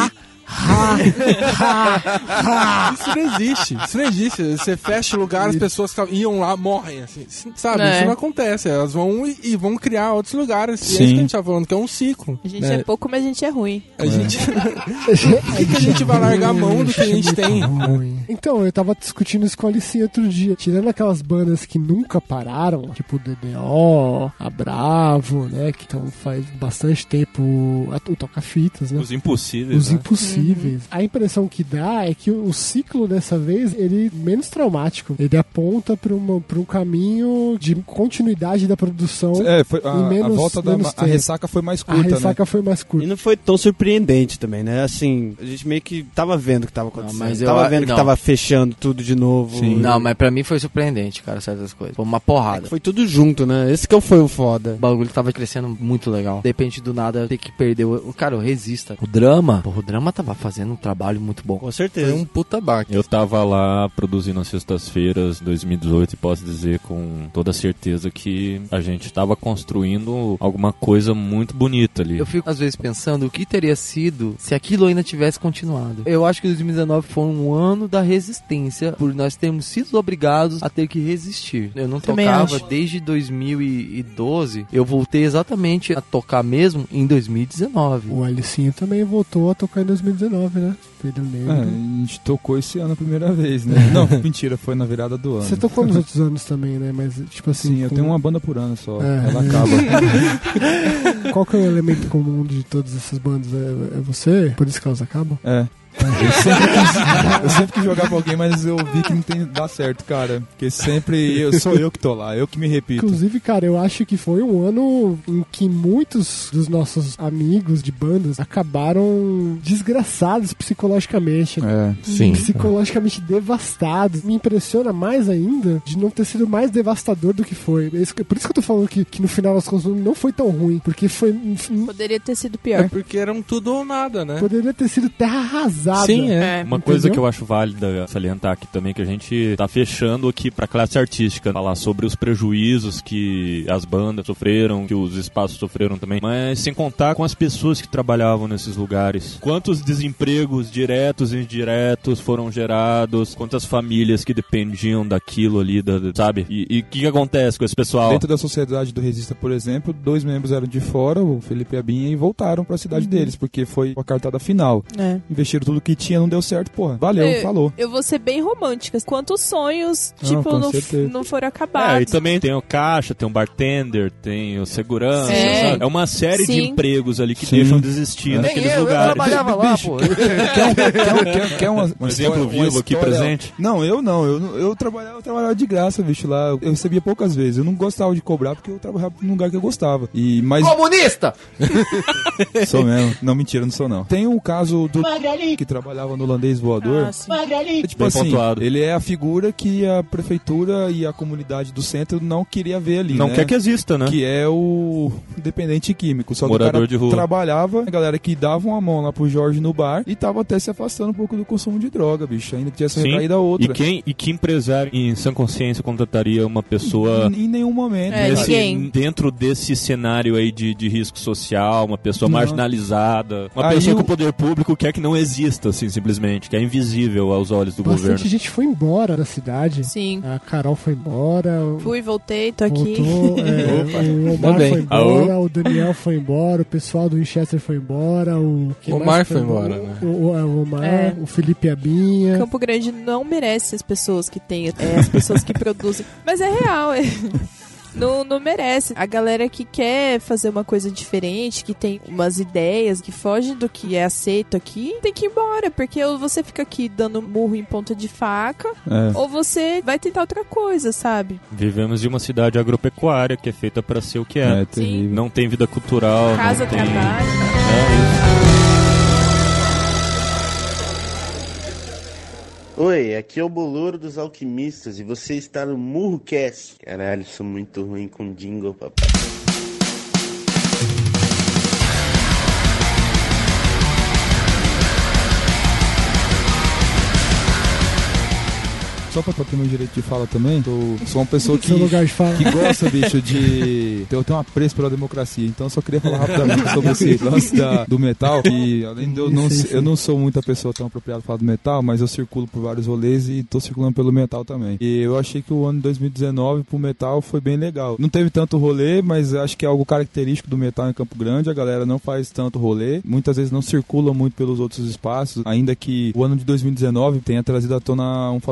Isso não existe. Isso não existe. Você fecha o lugar, as pessoas que iam lá morrem, assim. Sabe? É. Isso não acontece. Elas vão e vão criar outros lugares. E é Sim. isso que a gente tá falando, que é um ciclo. A gente né? é pouco, mas a gente é ruim. A gente... Por que a gente vai largar a mão do que a gente tem? Então, eu tava discutindo isso com a Alicinha outro dia. Tirando aquelas bandas que nunca pararam, tipo o DDO, a Bravo, né? Que então faz bastante tempo o Toca-Fitas, né? Os Impossíveis. Os né? Impossíveis. possíveis. A impressão que dá é que o ciclo dessa vez, ele é menos traumático. Ele aponta para um caminho de continuidade da produção. Foi a volta a ressaca foi mais curta, A ressaca foi mais curta. E não foi tão surpreendente também, né? Assim, a gente meio que tava vendo o que tava acontecendo. Tava vendo que tava fechando tudo de novo. Sim. Não, mas pra mim foi surpreendente, cara, certas coisas. Foi uma porrada. Foi tudo junto, né? Esse que foi o foda. O bagulho tava crescendo muito legal. De repente, do nada, ter que perder o cara, o Resista. O Drama tava fazendo um trabalho muito bom. Com certeza. Foi um puta baque. Eu tava lá produzindo as sextas-feiras 2018 e posso dizer com toda certeza que a gente tava construindo alguma coisa muito bonita ali. Eu fico às vezes pensando o que teria sido se aquilo ainda tivesse continuado. Eu acho que 2019 foi um ano da resistência, por nós termos sido obrigados a ter que resistir. Eu não tocava desde 2012, eu voltei exatamente a tocar mesmo em 2019. O Alicinho também voltou a tocar em 2019, né? A gente tocou esse ano a primeira vez, né? Não, mentira, foi na virada do ano. Você tocou nos outros anos também, né? Mas, tipo assim... Sim, eu tenho uma banda por ano só. Ela acaba. Qual que é o elemento comum de todas essas bandas? É você? Por isso que elas acabam? Eu sempre quis jogar pra alguém, mas eu vi que não dá certo, cara. Porque sempre sou eu que tô lá, eu que me repito. Inclusive, cara, eu acho que foi um ano em que muitos dos nossos amigos de bandas acabaram desgraçados psicologicamente. Sim. Psicologicamente devastados. Me impressiona mais ainda de não ter sido mais devastador do que foi. Por isso que eu tô falando que no final das contas não foi tão ruim. Porque foi... Poderia ter sido pior. Porque eram tudo ou nada, né? Poderia ter sido terra arrasada. Sim, Uma coisa que eu acho válida salientar aqui também, que a gente tá fechando aqui pra classe artística, falar sobre os prejuízos que as bandas sofreram, que os espaços sofreram também, mas sem contar com as pessoas que trabalhavam nesses lugares. Quantos desempregos diretos e indiretos foram gerados, quantas famílias que dependiam daquilo ali, sabe? E o que acontece com esse pessoal? Dentro da sociedade do Resista, por exemplo, 2 membros eram de fora, o Felipe e a Binha, e voltaram pra cidade deles, porque foi a cartada final. Investiram tudo que tinha, não deu certo, porra. Valeu, falou. Eu vou ser bem romântica. Quantos sonhos, não foram acabados. E também tem o caixa, tem o bartender, tem o segurança, sabe? É uma série de empregos ali que deixam de existir naqueles lugares. Eu trabalhava lá, pô. Quer um exemplo vivo aqui presente? Não, eu trabalhava de graça, bicho, lá. Eu recebia poucas vezes. Eu não gostava de cobrar porque eu trabalhava num lugar que eu gostava. Mas... Comunista! Sou mesmo. Não, mentira, não sou não. Tem o caso do que trabalhava no Holandês Voador. Tipo assim, pontuado. Ele é a figura que a prefeitura e a comunidade do centro não queria ver ali, não quer que exista, né? Que é o dependente químico. Só morador que o cara de rua trabalhava, a galera que dava uma mão lá pro Jorge no bar e tava até se afastando um pouco do consumo de droga, bicho. Ainda que tinha essa recaída outra. E que empresário em sã consciência contrataria uma pessoa em nenhum momento dentro desse cenário aí de risco social, uma pessoa marginalizada, uma pessoa que o poder público quer que não exista, assim, simplesmente, que é invisível aos olhos do governo. Bastante gente foi embora da cidade. Sim. A Carol foi embora. Fui, voltei, tô aqui. O Omar foi embora, o Daniel foi embora, o pessoal do Winchester foi embora, o Omar foi embora, né? O Omar, o Felipe Abinha. Campo Grande não merece as pessoas que tem, as pessoas que produzem. Mas é real, Não merece. A galera que quer fazer uma coisa diferente, que tem umas ideias que fogem do que é aceito aqui, tem que ir embora, porque ou você fica aqui dando murro em ponta de faca, ou você vai tentar outra coisa, sabe? Vivemos de uma cidade agropecuária que é feita pra ser o que é. Não tem vida cultural. Casa, não tem... trabalho. Oi, aqui é o Bolouro dos Alquimistas e você está no MurroCast. Caralho, sou muito ruim com jingle, papai. Só pra ter meu direito de fala também, sou uma pessoa que gosta, bicho, de... Eu tenho um apreço pela democracia, então eu só queria falar rapidamente sobre esse lance do metal, que além de eu não sou muita pessoa tão apropriada pra falar do metal, mas eu circulo por vários rolês e tô circulando pelo metal também. E eu achei que o ano de 2019 pro metal foi bem legal. Não teve tanto rolê, mas acho que é algo característico do metal em Campo Grande, a galera não faz tanto rolê, muitas vezes não circula muito pelos outros espaços, ainda que o ano de 2019 tenha trazido à tona um fator muito importante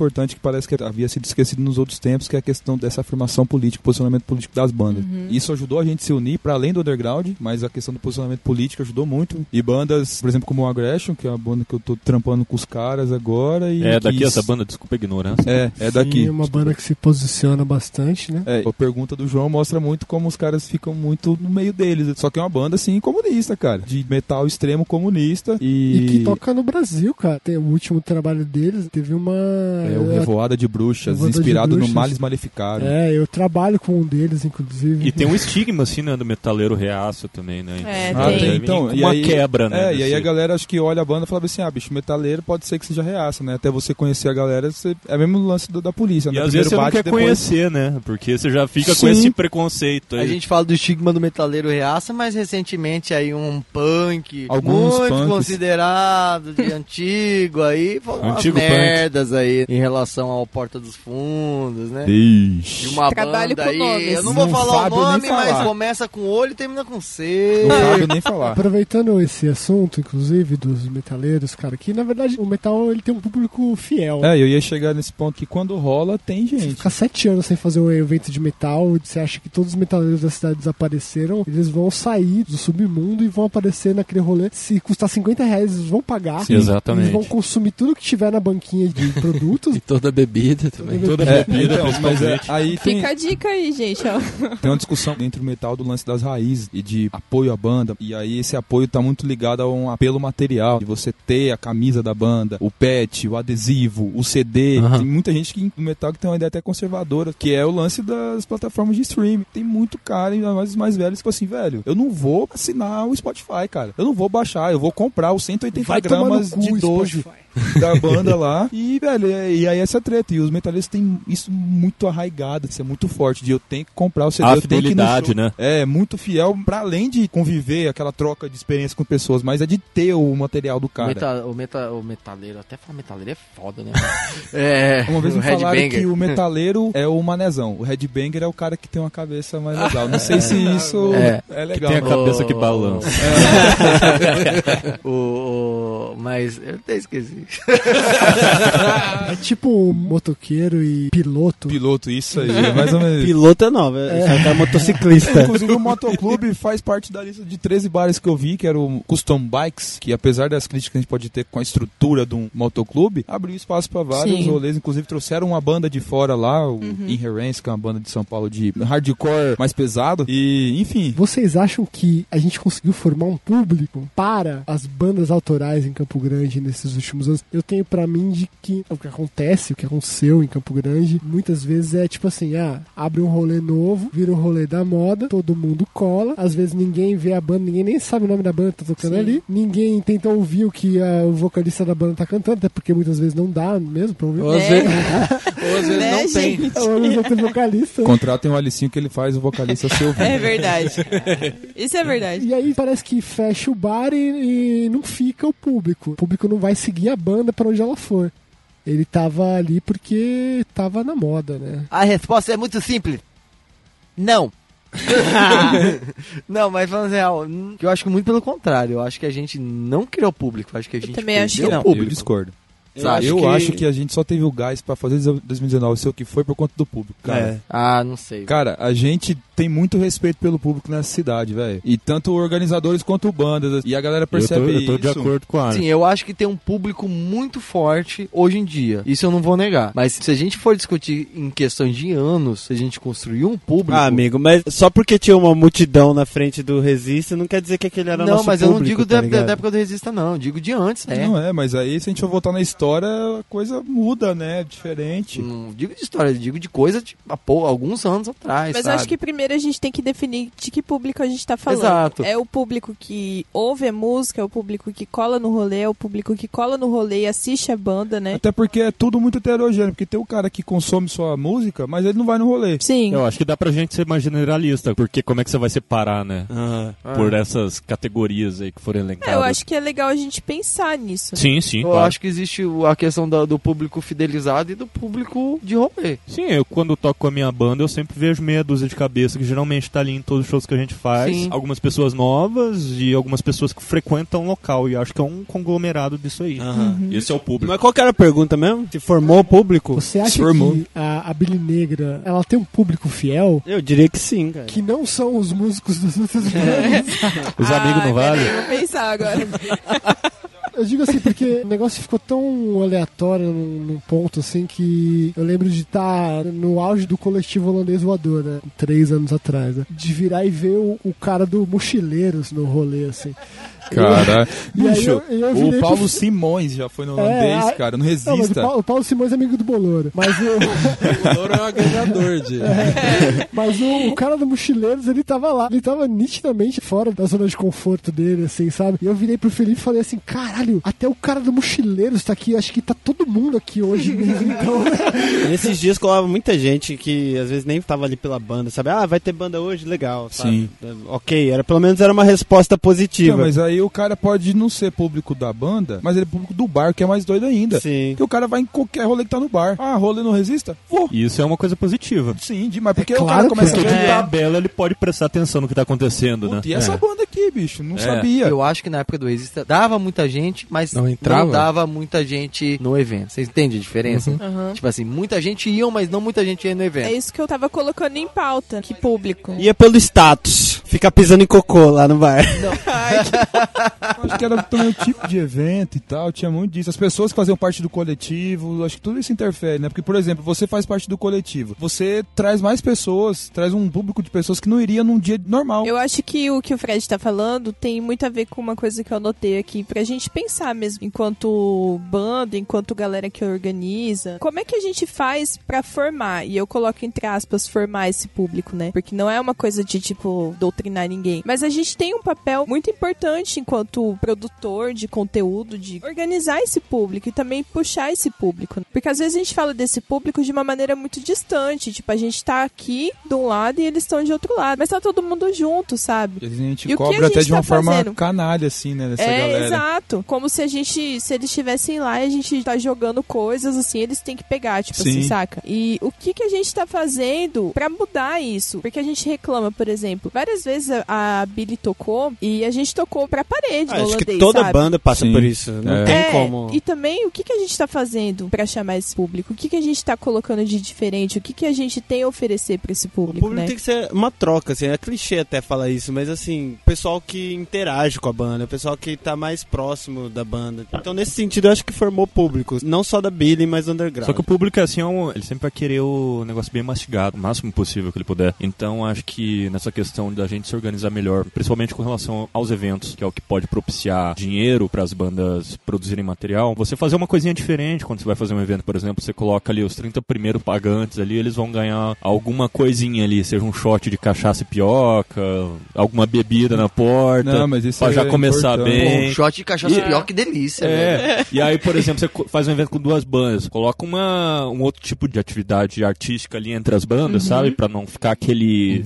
importante que parece que havia sido esquecido nos outros tempos, que é a questão dessa afirmação política, posicionamento político das bandas. Isso ajudou a gente a se unir para além do underground, mas a questão do posicionamento político ajudou muito. E bandas, por exemplo, como o Aggression, que é uma banda que eu tô trampando com os caras agora. E é daqui essa banda, desculpa a ignorância. É daqui. É uma banda que se posiciona bastante, né? A pergunta do João mostra muito como os caras ficam muito no meio deles. Só que é uma banda, assim, comunista, cara. De metal extremo comunista. E que toca no Brasil, cara. Tem o último trabalho deles, teve uma... o Revoada de Bruxas, inspirado no Males Maleficarum. Eu trabalho com um deles, inclusive. E tem um estigma, assim, né, do metaleiro reaço também, né? Tem. Então, uma quebra, né? E aí a galera acho que olha a banda e fala assim, bicho, metaleiro pode ser que seja reaça, né? Até você conhecer a galera, é mesmo o lance da polícia, né? E às vezes você não quer conhecer, né? Porque você já fica com esse preconceito aí. A gente fala do estigma do metaleiro reaça, mas recentemente aí um punk alguns muito punks considerado de antigo aí, falou umas merdas aí em relação ao Porta dos Fundos, né? Ixi. De uma Trabalho banda com aí, nomes. eu não vou falar o nome, mas começa com olho e termina com C. Não sabe nem falar. Aproveitando esse assunto, inclusive, dos metaleiros, cara, que na verdade o metal ele tem um público fiel. Eu ia chegar nesse ponto que quando rola, tem gente. Você ficar 7 anos sem fazer um evento de metal, você acha que todos os metaleiros da cidade desapareceram, eles vão sair do submundo e vão aparecer naquele rolê. Se custar R$50, eles vão pagar. Sim, exatamente. Eles vão consumir tudo que tiver na banquinha de produtos. E toda a bebida também. Toda a bebida, então, mas aí tem... Fica a dica aí, gente. Ó. Tem uma discussão entre o metal do lance das raízes e de apoio à banda. E aí esse apoio tá muito ligado a um apelo material. De você ter a camisa da banda, o pet, o adesivo, o CD. Tem muita gente que no metal que tem uma ideia até conservadora, que é o lance das plataformas de streaming. Tem muito cara, ainda mais os mais velhos, tipo assim, velho, eu não vou assinar o Spotify, cara. Eu não vou baixar, eu vou comprar os 180 gramas de dojo da banda lá. E, velho, e aí essa treta. E os metaleiros têm isso muito arraigado, isso é muito forte, de eu tenho que comprar o CD. A fidelidade, né? É, muito fiel, pra além de conviver, aquela troca de experiência com pessoas, mas é de ter o material do cara. O metaleiro, até falar metaleiro é foda, né? Uma vez me falaram que o metaleiro é o manezão, o headbanger é o cara que tem uma cabeça mais legal. Não sei se isso é legal. Que tem a cabeça que balança. Mas eu até esqueci. É tipo motoqueiro e piloto. Piloto, isso aí. É mais ou menos. Piloto é nova, é motociclista. Inclusive o Motoclube faz parte da lista de 13 bares que eu vi, que era o Custom Bikes, que apesar das críticas que a gente pode ter com a estrutura de um motoclube, abriu espaço para vários rolês, inclusive trouxeram uma banda de fora lá, o Inherence, que é uma banda de São Paulo de hardcore mais pesado, e enfim. Vocês acham que a gente conseguiu formar um público para as bandas autorais em Campo Grande nesses últimos anos? Eu tenho pra mim de que o que aconteceu em Campo Grande, muitas vezes é tipo assim, abre um rolê novo, vira um rolê da moda, todo mundo cola, às vezes ninguém vê a banda, ninguém nem sabe o nome da banda que tá tocando ali, ninguém tenta ouvir o que o vocalista da banda tá cantando, até porque muitas vezes não dá mesmo pra ouvir. Ou às vezes não tem. Ou às vezes não tem vocalista. Contratem um Alicinho que ele faz o vocalista ser ouvido. É verdade. Isso é verdade. E aí parece que fecha o bar e não fica o público. O público não vai seguir a banda pra onde ela for. Ele tava ali porque tava na moda, né? A resposta é muito simples. Não. Não, mas falando real, eu acho que muito pelo contrário. Eu acho que a gente não criou público. Eu acho que a gente também acho que não. público. Eu discordo. Eu acho que a gente só teve o gás pra fazer 2019 ser o que foi por conta do público, cara. Não sei. Cara, a gente tem muito respeito pelo público nessa cidade, velho. E tanto organizadores quanto bandas. E a galera percebe isso. Eu tô de acordo com a Ana. Sim, eu acho que tem um público muito forte hoje em dia. Isso eu não vou negar. Mas se a gente for discutir em questões de anos, se a gente construiu um público... amigo, mas só porque tinha uma multidão na frente do Resista, não quer dizer que aquele era nosso público. Não, mas eu não digo da época do Resista, não. Eu digo de antes, né? Não mas aí se a gente for voltar na história, a coisa muda, né? Diferente. Não digo de história, eu digo de coisa de alguns anos atrás, mas sabe? acho que primeiro a gente tem que definir de que público a gente tá falando. Exato. É o público que ouve a música, é o público que cola no rolê, é o público que cola no rolê e assiste a banda, né? Até porque é tudo muito heterogêneo, porque tem o cara que consome só a música, mas ele não vai no rolê. Sim. Eu acho que dá pra gente ser mais generalista, porque como é que você vai separar, né? Por essas categorias aí que foram elencadas. Eu acho que é legal a gente pensar nisso. Sim, Eu claro. acho que existe a questão do público fidelizado e do público de rolê. Sim, eu quando toco com a minha banda, eu sempre vejo meia dúzia de cabeça que geralmente tá ali em todos os shows que a gente faz. Sim. Algumas pessoas novas e algumas pessoas que frequentam o local. E acho que é um conglomerado disso aí. Esse é o público. Mas qual que era a pergunta mesmo? Se formou o público? Você acha que a Billy Negra, ela tem um público fiel? Eu diria que sim, cara. Que não são os músicos das outras bandas. Os amigos não valem? Vou pensar agora. Eu digo assim, porque o negócio ficou tão aleatório num ponto, assim, que eu lembro de estar no auge do coletivo holandês voador, né? 3 anos atrás, né? De virar e ver o cara do Mochileiros no rolê, assim. Cara, bicho, eu o Paulo Simões já foi no holandês, cara, não resista. Não, o Paulo Simões é amigo do Boloro. Mas o Boloro é um agregador de... Mas o cara do Mochileiros, ele tava lá. Ele tava nitidamente fora da zona de conforto dele, assim, sabe? E eu virei pro Felipe e falei assim, caralho, até o cara do Mochileiros tá aqui. Acho que tá todo mundo aqui hoje mesmo, então, né? Nesses dias colava muita gente que às vezes nem tava ali pela banda, sabe? Ah, vai ter banda hoje? Legal, sabe? Sim. Ok, pelo menos era uma resposta positiva. Não, mas aí o cara pode não ser público da banda, mas ele é público do bar, que é mais doido ainda. Sim. Porque o cara vai em qualquer rolê que tá no bar. Ah, rolê não resista? Vou. Isso é uma coisa positiva. Sim, demais. Porque o claro cara começa a ver de tabela, ele pode prestar atenção no que tá acontecendo, né? E essa banda aqui, bicho? Não sabia. Eu acho que na época do Resista dava muita gente, mas não dava muita gente no evento. Vocês entendem a diferença? Tipo assim, muita gente ia, mas não muita gente ia no evento. É isso que eu tava colocando em pauta. Que público. Ia pelo status. Ficar pisando em cocô lá no bar. Acho que era também o tipo de evento e tal, tinha muito disso. As pessoas que faziam parte do coletivo, acho que tudo isso interfere, né? Porque, por exemplo, você faz parte do coletivo, você traz mais pessoas, traz um público de pessoas que não iria num dia normal. Eu acho que o que o Fred tá falando tem muito a ver com uma coisa que eu anotei aqui, pra gente pensar mesmo, enquanto banda, enquanto galera que organiza, como é que a gente faz pra formar, e eu coloco entre aspas, formar esse público, né? Porque não é uma coisa de, tipo, doutrinar ninguém, mas a gente tem um papel muito importante enquanto produtor de conteúdo, de organizar esse público e também puxar esse público. Porque às vezes a gente fala desse público de uma maneira muito distante, tipo, a gente tá aqui de um lado e eles estão de outro lado, mas tá todo mundo junto, sabe? A gente cobra até de uma forma canalha, assim, né, dessa galera. Exato. Como se se eles estivessem lá e a gente tá jogando coisas, assim, eles têm que pegar, tipo assim, saca? E o que a gente tá fazendo pra mudar isso? Porque a gente reclama, por exemplo, várias vezes a Billy tocou e a gente tocou pra parede no acho holandês, que toda sabe? banda passa por isso. Não tem como. E também, o que a gente tá fazendo pra chamar esse público? O que a gente tá colocando de diferente? O que a gente tem a oferecer pra esse público, O público né? tem que ser uma troca, assim, é clichê até falar isso, mas assim, o pessoal que interage com a banda, o pessoal que tá mais próximo da banda. Então, nesse sentido, eu acho que formou público, não só da Billy, mas do underground. Só que o público é assim, ele sempre vai querer o negócio bem mastigado, o máximo possível que ele puder. Então, acho que nessa questão da gente se organizar melhor, principalmente com relação aos eventos, que é o que pode propiciar dinheiro para as bandas produzirem material, você fazer uma coisinha diferente quando você vai fazer um evento, por exemplo, você coloca ali os 30 primeiros pagantes ali, eles vão ganhar alguma coisinha ali, seja um shot de cachaça e pioca, alguma bebida na porta, não, mas isso pra já começar bem. Pô, um shot de cachaça e pioca, que delícia, velho. E aí, por exemplo, você faz um evento com 2 bandas, coloca um outro tipo de atividade artística ali entre as bandas, sabe? Pra não ficar aquele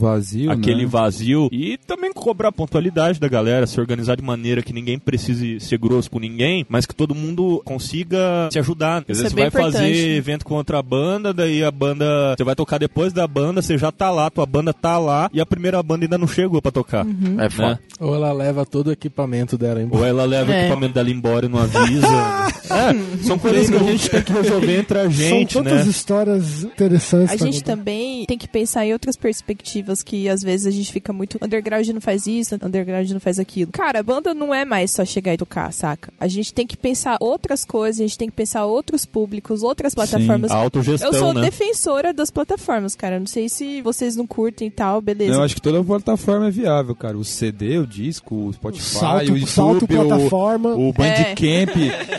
vazio. E também cobrar a pontualidade da galera, se organizar de maneira que ninguém precise ser grosso com ninguém, mas que todo mundo consiga se ajudar. Às vezes você vai fazer evento com outra banda, daí a banda, você vai tocar depois da banda, você já tá lá, tua banda tá lá, e a primeira banda ainda não chegou pra tocar. É foda. Né? Ou ela leva todo o equipamento dela embora. Ou ela leva o equipamento dela embora e não avisa. São coisas que a gente tem que resolver entre a gente, são tantas histórias interessantes. A gente também tem que pensar em outras perspectivas que às vezes a gente fica muito underground não faz isso, underground não faz aquilo. Cara, a banda não é mais só chegar e tocar, saca? A gente tem que pensar outras coisas, a gente tem que pensar outros públicos, outras plataformas. Sim, a autogestão, eu sou né? defensora das plataformas, cara. Não sei se vocês não curtem e tal, beleza. Eu acho que toda plataforma é viável, cara. O CD, o disco, o Spotify, o YouTube, salto plataforma. o Bandcamp.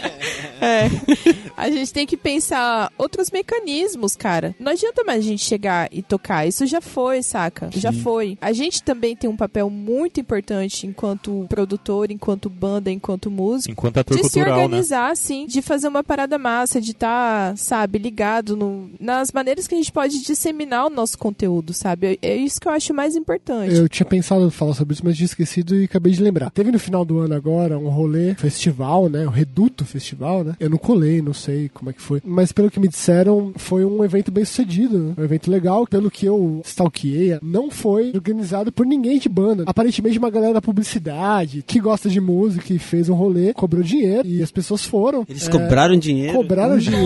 A gente tem que pensar outros mecanismos, cara. Não adianta mais a gente chegar e tocar. Isso já foi, saca? Sim. Já foi. A gente também tem um papel muito importante enquanto produtor, enquanto banda, enquanto músico. Enquanto ator de cultural, se organizar, né? assim, de fazer uma parada massa, de estar, sabe, ligado nas maneiras que a gente pode disseminar o nosso conteúdo, sabe? É isso que eu acho mais importante. Eu tinha pensado em falar sobre isso, mas tinha esquecido e acabei de lembrar. Teve no final do ano agora um rolê, festival, né? O Reduto Festival, né? Eu não colei, não sei como é que foi. Mas pelo que me disseram, foi um evento bem sucedido, né? Um evento legal. Pelo que eu stalkeei, não foi organizado por ninguém de banda. Aparentemente uma galera da publicidade, que gosta de música e fez um rolê, cobrou dinheiro e as pessoas foram. Eles cobraram dinheiro? Cobraram dinheiro.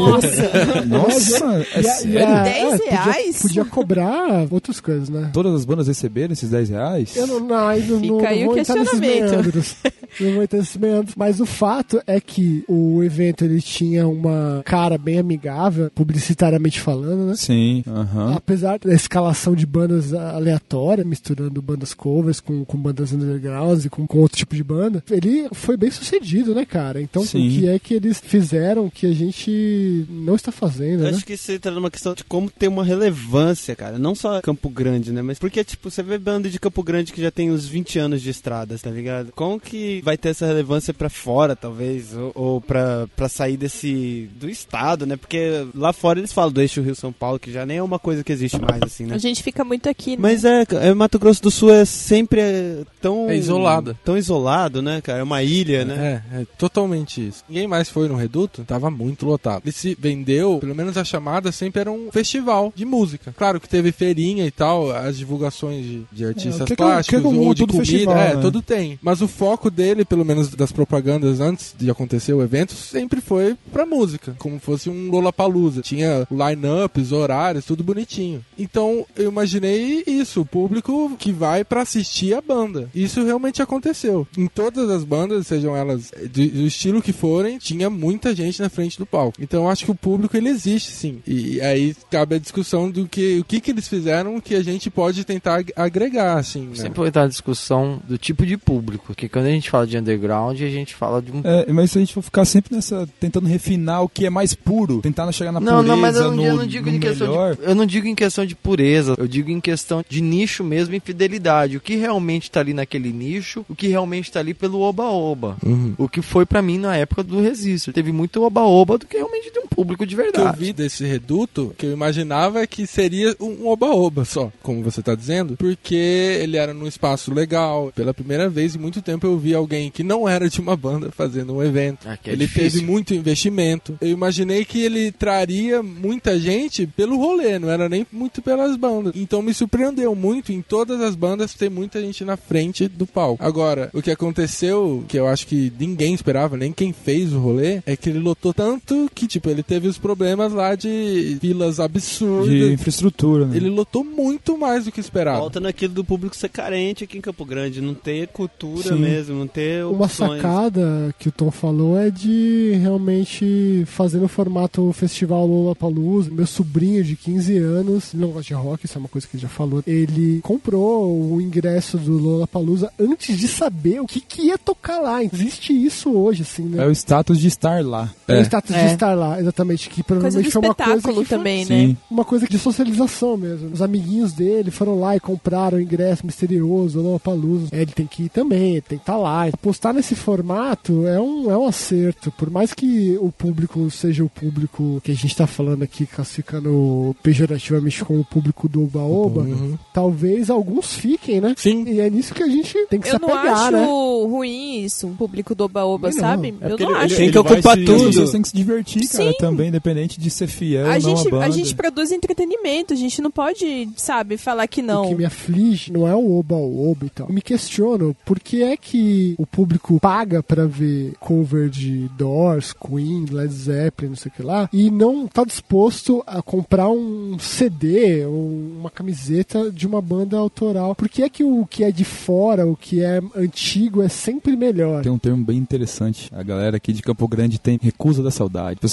Nossa, é sério? 10 reais? Podia cobrar outras coisas, né? Todas as bandas receberam esses 10 reais? Eu não Fica aí o questionamento. Não vou entrar nesses meandros. Mas o fato é que o evento ele tinha uma cara bem amigável, publicitariamente falando, né? Sim. Apesar da escalação de bandas aleatória, misturando bandas covers com bandas undergrounds e com outro tipo de banda, ele foi bem sucedido, né, cara? Então, Sim. O que é que eles fizeram que a gente não está fazendo, Eu né? acho que isso entra numa questão de como ter uma relevância, cara. Não só Campo Grande, né? Mas porque, tipo, você vê banda de Campo Grande que já tem uns 20 anos de estradas, tá ligado? Como que vai ter essa relevância pra fora, talvez? Ou pra sair do estado, né? Porque lá fora eles falam do eixo Rio-São Paulo, que já nem é uma coisa que existe mais, assim, né? A gente fica muito aqui, né? Mas Mato Grosso do Sul é sempre tão... É isolada. Tão isolado, né, cara? É uma ilha, né? É totalmente isso. Ninguém mais foi no Reduto, tava muito lotado. Ele se vendeu, pelo menos a chamada sempre era um festival de música. Claro que teve feirinha e tal, as divulgações de artistas plásticos ou de comida, festival, né? Tudo tem. Mas o foco dele, pelo menos das propagandas antes de acontecer o evento, sempre foi pra música, como fosse um Lollapalooza. Tinha line-ups, horários, tudo bonitinho. Então eu imaginei isso, o público que vai pra assistir a banda. Isso realmente aconteceu. Em todas as bandas, sejam elas do estilo que forem, tinha muita gente na frente do palco. Então eu acho que o público ele existe sim. E aí cabe a discussão do que o que eles fizeram que a gente pode tentar agregar, assim, né? Sempre vai estar a discussão do tipo de público, porque quando a gente fala de underground, a gente fala de um... mas se a gente for ficar sempre tentando refinar o que é mais puro, tentar chegar na pureza, não, mas eu não digo em questão melhor. eu não digo em questão de pureza, eu digo em questão de nicho mesmo e fidelidade. O que realmente tá ali naquele nicho, o que realmente tá ali pelo oba-oba. O que foi pra mim na época do Resistor. Teve muito oba-oba do que realmente de um público de verdade. O que eu vi desse Reduto, que eu imaginava é que seria um oba-oba só, como você tá dizendo, porque ele era num espaço legal. Pela primeira vez em muito tempo eu vi alguém que não era de uma banda fazendo um evento. Ele teve muito investimento. Eu imaginei que ele traria muita gente pelo rolê, não era nem muito pelas bandas. Então me surpreendeu muito em todas as bandas ter muita gente na frente do palco. Agora, o que aconteceu, que eu acho que ninguém esperava, nem quem fez o rolê, é que ele lotou tanto que, tipo, ele teve os problemas lá de filas absurdas. De infraestrutura, né? Ele lotou muito mais do que esperava. Volta naquilo do público ser carente aqui em Campo Grande, não ter cultura mesmo, não ter opções. Uma sacada que o Tom falou é de realmente fazer no formato festival Lollapalooza. Meu sobrinho de 15 anos, ele não gosta de rock, isso é uma coisa que ele já falou, ele comprou o ingresso do Lollapalooza antes de saber o que ia tocar lá. Existe isso hoje, assim, né? É o status de estar lá. É o status de estar lá, exatamente. Que provavelmente foi uma coisa que também, foi, né? Uma coisa de socialização mesmo. Os amiguinhos dele foram lá e compraram o ingresso misterioso, Lollapalooza. Ele tem que ir também, ele tem que estar lá. Apostar nesse formato é um acerto. Por mais que o público seja o público que a gente tá falando aqui, classificando pejorativamente como o público do Oba-Oba, talvez alguns fiquem, né? Sim. E é nisso que a gente tem que se apegar, né? Eu não né? acho ruim isso, o público do Oba-Oba, sabe? Eu não acho. Tem que ocupar tudo. As pessoas têm que se divertir, cara, também, independente de ser fiel ou não à banda. A gente produz entretenimento, a gente não pode, sabe, falar que não. O que me aflige não é o oba-oba e tal. Eu me questiono por que é que o público paga pra ver cover de Doors, Queen, Led Zeppelin, não sei o que lá, e não tá disposto a comprar um CD ou uma camiseta de uma banda autoral. Por que é que o que é de fora, o que é antigo é sempre melhor? Tem um termo bem interessante. A galera aqui de Campo Grande tem recusa da saudade. As pessoas não querem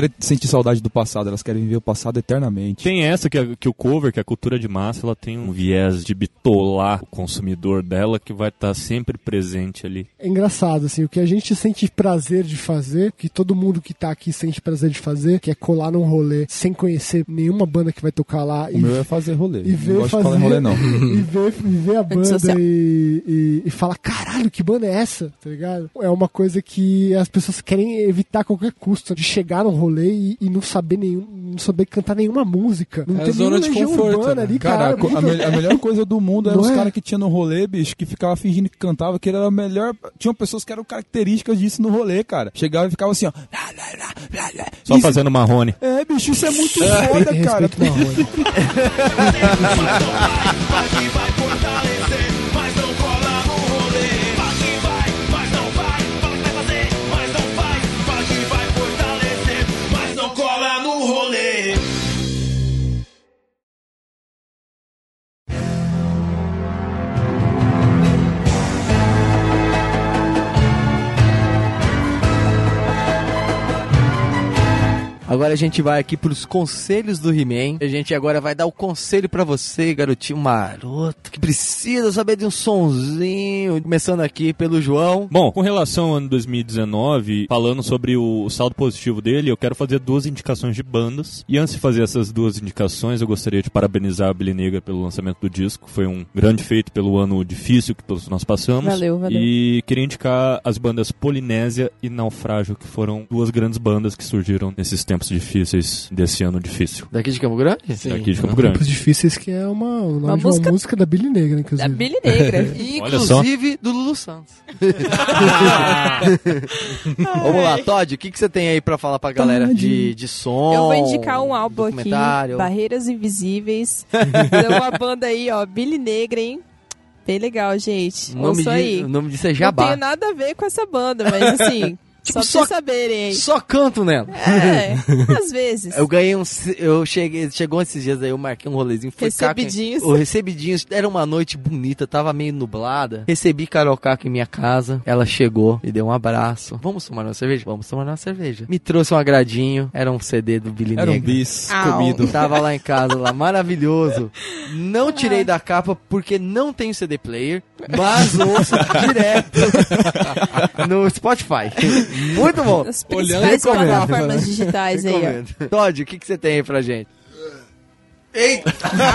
querem sentir saudade do passado, elas querem viver o passado eternamente. Tem essa que o cover, que a cultura de massa, ela tem um viés de bitolar o consumidor dela que vai estar sempre presente ali. É engraçado, assim, o que a gente sente prazer de fazer, que todo mundo que tá aqui sente prazer de fazer, que é colar num rolê sem conhecer nenhuma banda que vai tocar lá. O meu é fazer rolê. E ver, não gosto de falar em rolê, não. E ver a banda e falar, caralho, que banda é essa? Tá ligado? É uma coisa que as pessoas querem evitar a qualquer custo, de chegar num rolê e não saber não saber cantar nenhuma música. Não tem zona de conforto, né? Ali, cara. A melhor coisa do mundo era os caras que tinha no rolê, bicho, que ficava fingindo que cantava, que era a melhor. Tinham pessoas que eram características disso no rolê, cara. Chegava e ficava assim, ó. Só fazendo Marrone. É, bicho, isso é muito foda, cara. Marrone. Vai fortalecer, mas não cola no rolê. Fala que vai, mas não vai. Fala que vai fazer, mas não faz. Fala que vai fortalecer, mas não cola no rolê. Agora a gente vai aqui pros conselhos do He-Man. A gente agora vai dar o conselho pra você, garotinho maroto, que precisa saber de um sonzinho. Começando aqui pelo João. Bom, com relação ao ano 2019, falando sobre o saldo positivo dele, eu quero fazer 2 indicações de bandas. E antes de fazer essas 2 indicações, eu gostaria de parabenizar a Billy Negra pelo lançamento do disco. Foi um grande feito pelo ano difícil que todos nós passamos. Valeu. E queria indicar as bandas Polinésia e Naufrágio, que foram 2 grandes bandas que surgiram nesses tempos difíceis desse ano difícil. Daqui de Campo Grande? Sim. Daqui de Campo Grande. Tempos difíceis, que é o nome de uma música da Billy Negra, inclusive. Da Billy Negra. Inclusive do Lulu Santos. Vamos lá, Todd, o que você tem aí pra falar pra galera de som? Eu vou indicar um álbum aqui, documentário. Barreiras Invisíveis. É uma banda aí, ó, Billy Negra, hein? Bem legal, gente. O nome disso é Jabá. Não tem nada a ver com essa banda, mas assim... Só pra vocês saberem aí. Só canto nela. É, às vezes. Eu ganhei chegou esses dias aí, eu marquei um rolezinho. Recebidinhos. Recebidinhos. Era uma noite bonita, tava meio nublada. Recebi Carol Caco em minha casa. Ela chegou e deu um abraço. Vamos tomar uma cerveja? Vamos tomar uma cerveja. Me trouxe um agradinho. Era um CD do Billy Negra. Era um bis comido. Tava lá em casa, lá, maravilhoso. Não tirei da capa porque não tenho CD player, mas ouço direto no Spotify. Muito bom. As principais plataformas digitais aí, ó. Todd, o que você tem aí pra gente? Eita!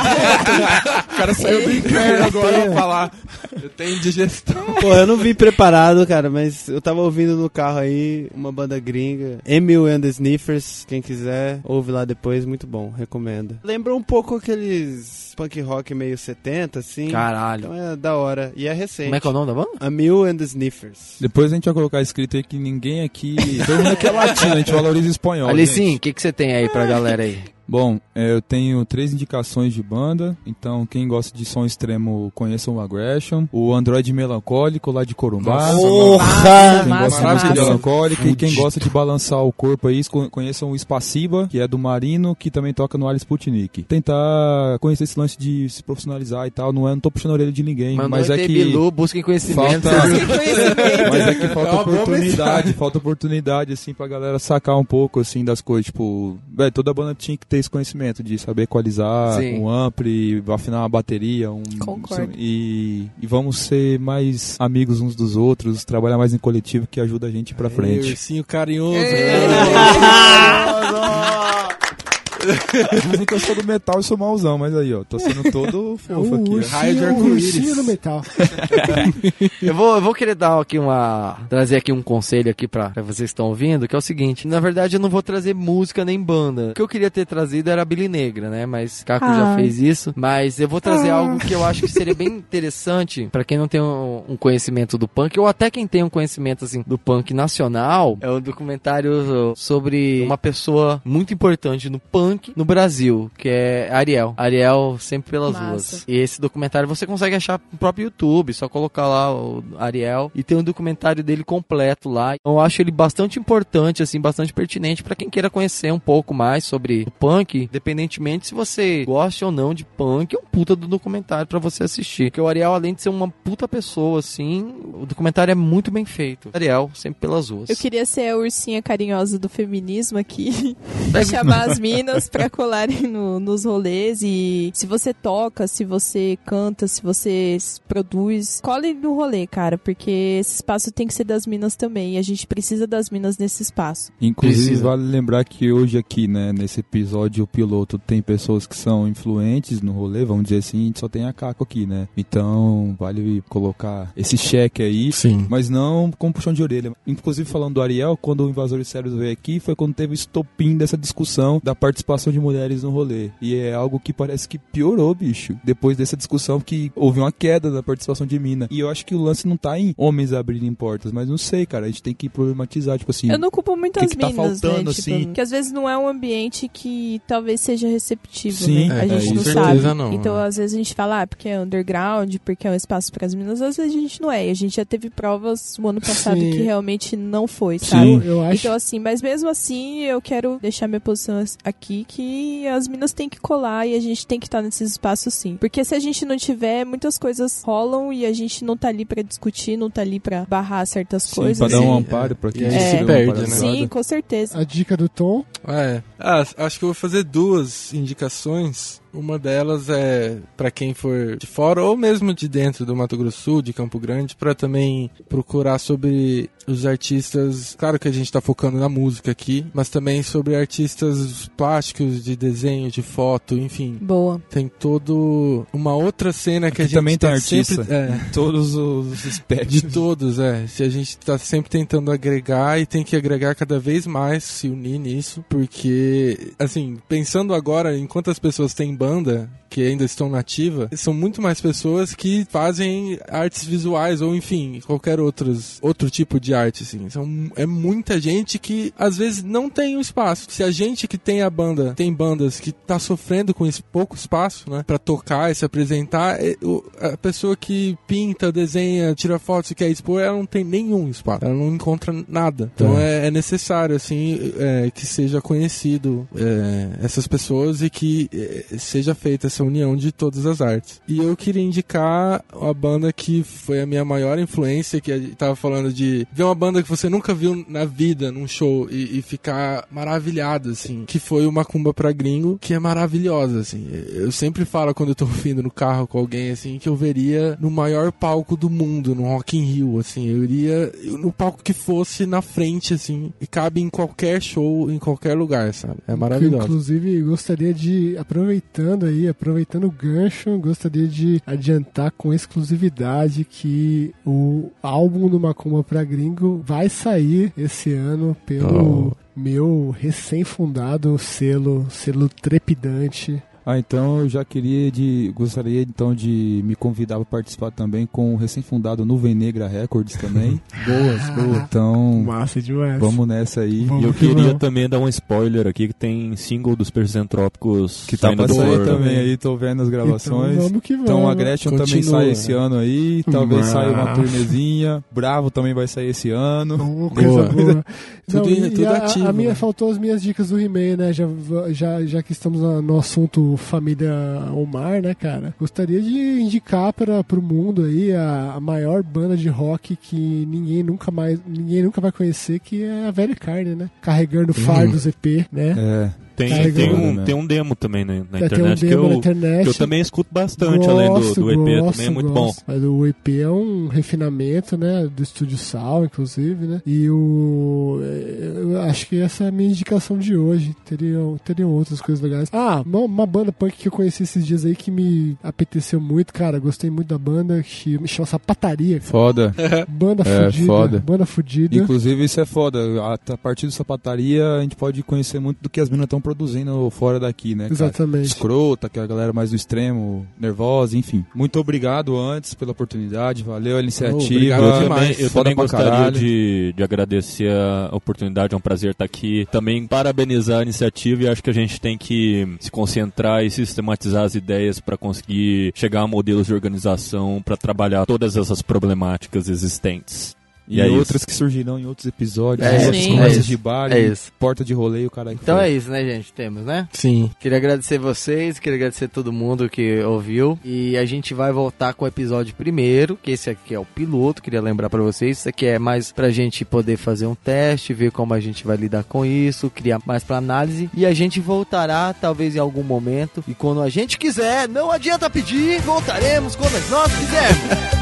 O cara saiu do inferno agora pra falar. Eu tenho indigestão. Pô, eu não vim preparado, cara, mas eu tava ouvindo no carro aí uma banda gringa, Emil and the Sniffers, quem quiser, ouve lá depois, muito bom, recomendo. Lembra um pouco aqueles punk rock meio 70, assim. Caralho. Então é da hora. E é recente. Como é que é o nome da banda? Emil and the Sniffers. Depois a gente vai colocar escrito aí que ninguém aqui... Todo mundo aqui é latino, a gente valoriza o espanhol. Ali sim, o que você tem aí pra galera aí? Bom, eu tenho 3 indicações de banda, então quem gosta de som extremo conheça o Aggression, o Android Melancólico lá de Corumbá. Porra! Quem gosta de melancólico e quem gosta de balançar o corpo aí, conheçam o Spaciba, que é do Marino, que também toca no Alice Sputnik. Tentar conhecer esse lance de se profissionalizar e tal, não tô puxando a orelha de ninguém, mas é que Bilu, busquem conhecimento. Mas é que falta oportunidade, oportunidade assim pra galera sacar um pouco assim das coisas, tipo, velho, toda banda tinha que ter esse conhecimento de saber equalizar um ampli, afinar uma bateria, Concordo. E vamos ser mais amigos uns dos outros, trabalhar mais em coletivo, que ajuda a gente pra frente. Ursinho carinhoso. Dizem que eu sou do metal e sou mauzão, mas aí, ó, tô sendo todo fofo aqui. Raio de arco-íris do metal. eu vou querer trazer aqui um conselho aqui pra vocês que estão ouvindo, que é o seguinte, na verdade eu não vou trazer música nem banda. O que eu queria ter trazido era a Billy Negra, né, mas Caco já fez isso, mas eu vou trazer algo que eu acho que seria bem interessante pra quem não tem um conhecimento do punk, ou até quem tem um conhecimento, assim, do punk nacional, é um documentário sobre uma pessoa muito importante no punk no Brasil, que é Ariel. Ariel sempre pelas Massa. ruas. E esse documentário você consegue achar no próprio YouTube, só colocar lá o Ariel e tem um documentário dele completo lá. Eu acho ele bastante importante, assim, bastante pertinente pra quem queira conhecer um pouco mais sobre o punk, independentemente se você gosta ou não de punk, é um puta do documentário pra você assistir. Porque o Ariel, além de ser uma puta pessoa, assim, o documentário é muito bem feito. Ariel, sempre pelas ruas. Eu queria ser a ursinha carinhosa do feminismo aqui, pra chamar as minas pra colarem nos rolês. E se você toca, se você canta, se você produz, cole no rolê, cara, porque esse espaço tem que ser das minas também, e a gente precisa das minas nesse espaço. Inclusive, vale lembrar que hoje aqui, né, nesse episódio piloto, tem pessoas que são influentes no rolê, vamos dizer assim, a gente só tem a Caco aqui, né? Então, vale colocar esse cheque aí, sim, mas não com puxão de orelha. Inclusive, falando do Ariel, quando o Invasores Sérios veio aqui, foi quando teve o estopim dessa discussão da participação de mulheres no rolê. E é algo que parece que piorou, bicho, depois dessa discussão, que houve uma queda da participação de mina. E eu acho que o lance não tá em homens abrirem portas, mas não sei, cara, a gente tem que problematizar, tipo assim... Eu não culpo muito as tá minas, faltando, né? assim? Tipo, que às vezes não é um ambiente que talvez seja receptivo, sim, né? A gente não certeza sabe. Não, então, né? Às vezes a gente fala, porque é underground, porque é um espaço para as minas, às vezes a gente não é. E a gente já teve provas no ano passado Sim. que realmente não foi, sabe? Sim. Eu acho... Então, assim, mas mesmo assim, eu quero deixar minha posição aqui, que as minas têm que colar e a gente tem que estar nesses espaços, sim. Porque se a gente não tiver, muitas coisas rolam e a gente não tá ali pra discutir, não tá ali pra barrar certas coisas. Pra dar um amparo pra quem se perde, né? Sim, com certeza. A dica do Tom? Acho que eu vou fazer 2 indicações. Uma delas é pra quem for de fora ou mesmo de dentro do Mato Grosso do Sul, de Campo Grande, pra também procurar sobre os artistas. Claro que a gente tá focando na música aqui, mas também sobre artistas plásticos, de desenho, de foto, enfim. Boa. Tem todo uma outra cena que aqui a gente também tá tem artista. sempre, todos os espectros. de todos, se a gente tá sempre tentando agregar e tem que agregar cada vez mais, se unir nisso, porque, assim, pensando agora em quantas pessoas tem banda que ainda estão nativa, são muito mais pessoas que fazem artes visuais ou, enfim, qualquer outro tipo de arte, assim. É muita gente que, às vezes, não tem um espaço. Se a gente que tem a banda, tem bandas que tá sofrendo com esse pouco espaço, né, pra tocar e se apresentar, a pessoa que pinta, desenha, tira fotos e quer expor, ela não tem nenhum espaço. Ela não encontra nada. Então é necessário, assim, que seja conhecido essas pessoas e que seja feita essa união de todas as artes. E eu queria indicar a banda que foi a minha maior influência, que a gente tava falando de ver uma banda que você nunca viu na vida num show e ficar maravilhado, assim, que foi o Macumba pra Gringo, que é maravilhosa, assim. Eu sempre falo quando eu tô ouvindo no carro com alguém, assim, que eu veria no maior palco do mundo, no Rock in Rio, assim, eu iria no palco que fosse na frente, assim, e cabe em qualquer show, em qualquer lugar, sabe? É maravilhoso. Inclusive, gostaria de, aproveitando o gancho, gostaria de adiantar com exclusividade que o álbum do Macumba pra Gringo vai sair esse ano pelo meu recém-fundado selo trepidante. Então eu já gostaria então de me convidar para participar também com o recém-fundado Nuvem Negra Records também. Boas. Então, massa demais. Vamos nessa aí. E eu queria também dar um spoiler aqui, que tem single dos Percentrópicos que tá pra sair também aí, tô vendo as gravações. Então vamos que vamos. Então a Gretchen também sai esse ano aí, talvez saia uma turnezinha. Bravo também vai sair esse ano. Coisa boa. Tudo ativo. A minha, faltou as minhas dicas do He-Man, né? Já que estamos no assunto família Omar, né, cara? Gostaria de indicar pro mundo aí a maior banda de rock que ninguém nunca vai conhecer, que é a Velha Carne, né? Carregando Fardos EP, né? Tem um demo também na internet, que eu também escuto bastante, além do EP, também é muito bom. Mas o EP é um refinamento, né, do Estúdio Sal, inclusive, né, e eu acho que essa é a minha indicação de hoje. Teriam outras coisas legais. Uma banda punk que eu conheci esses dias aí que me apeteceu muito, cara, gostei muito da banda, chama Sapataria. Foda. Banda fudida. Foda. Banda fudida. Inclusive isso é foda, a partir do Sapataria a gente pode conhecer muito do que as minas estão produzindo fora daqui, né, cara? Exatamente. Escrota, que é a galera mais do extremo, nervosa, enfim. Muito obrigado antes pela oportunidade, valeu a iniciativa. Eu também gostaria de agradecer a oportunidade, é um prazer estar aqui. Também parabenizar a iniciativa, e acho que a gente tem que se concentrar e sistematizar as ideias para conseguir chegar a modelos de organização para trabalhar todas essas problemáticas existentes. E outras que surgirão em outros episódios, conversas de bar, porta de rolê, o cara. Então é isso, né, gente? Temos, né? Sim. Queria agradecer vocês, queria agradecer todo mundo que ouviu. E a gente vai voltar com o episódio primeiro, que esse aqui é o piloto, queria lembrar pra vocês. Isso aqui é mais pra gente poder fazer um teste, ver como a gente vai lidar com isso, criar mais pra análise. E a gente voltará, talvez em algum momento. E quando a gente quiser, não adianta pedir, voltaremos quando nós quisermos.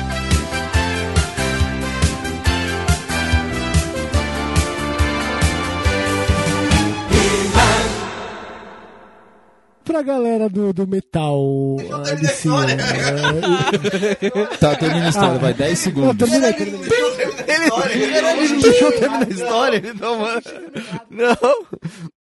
Pra galera do metal, Alicinha. Tá, termina a história, vai, 10 segundos. Ele deixou terminar a história, então, mano. Não.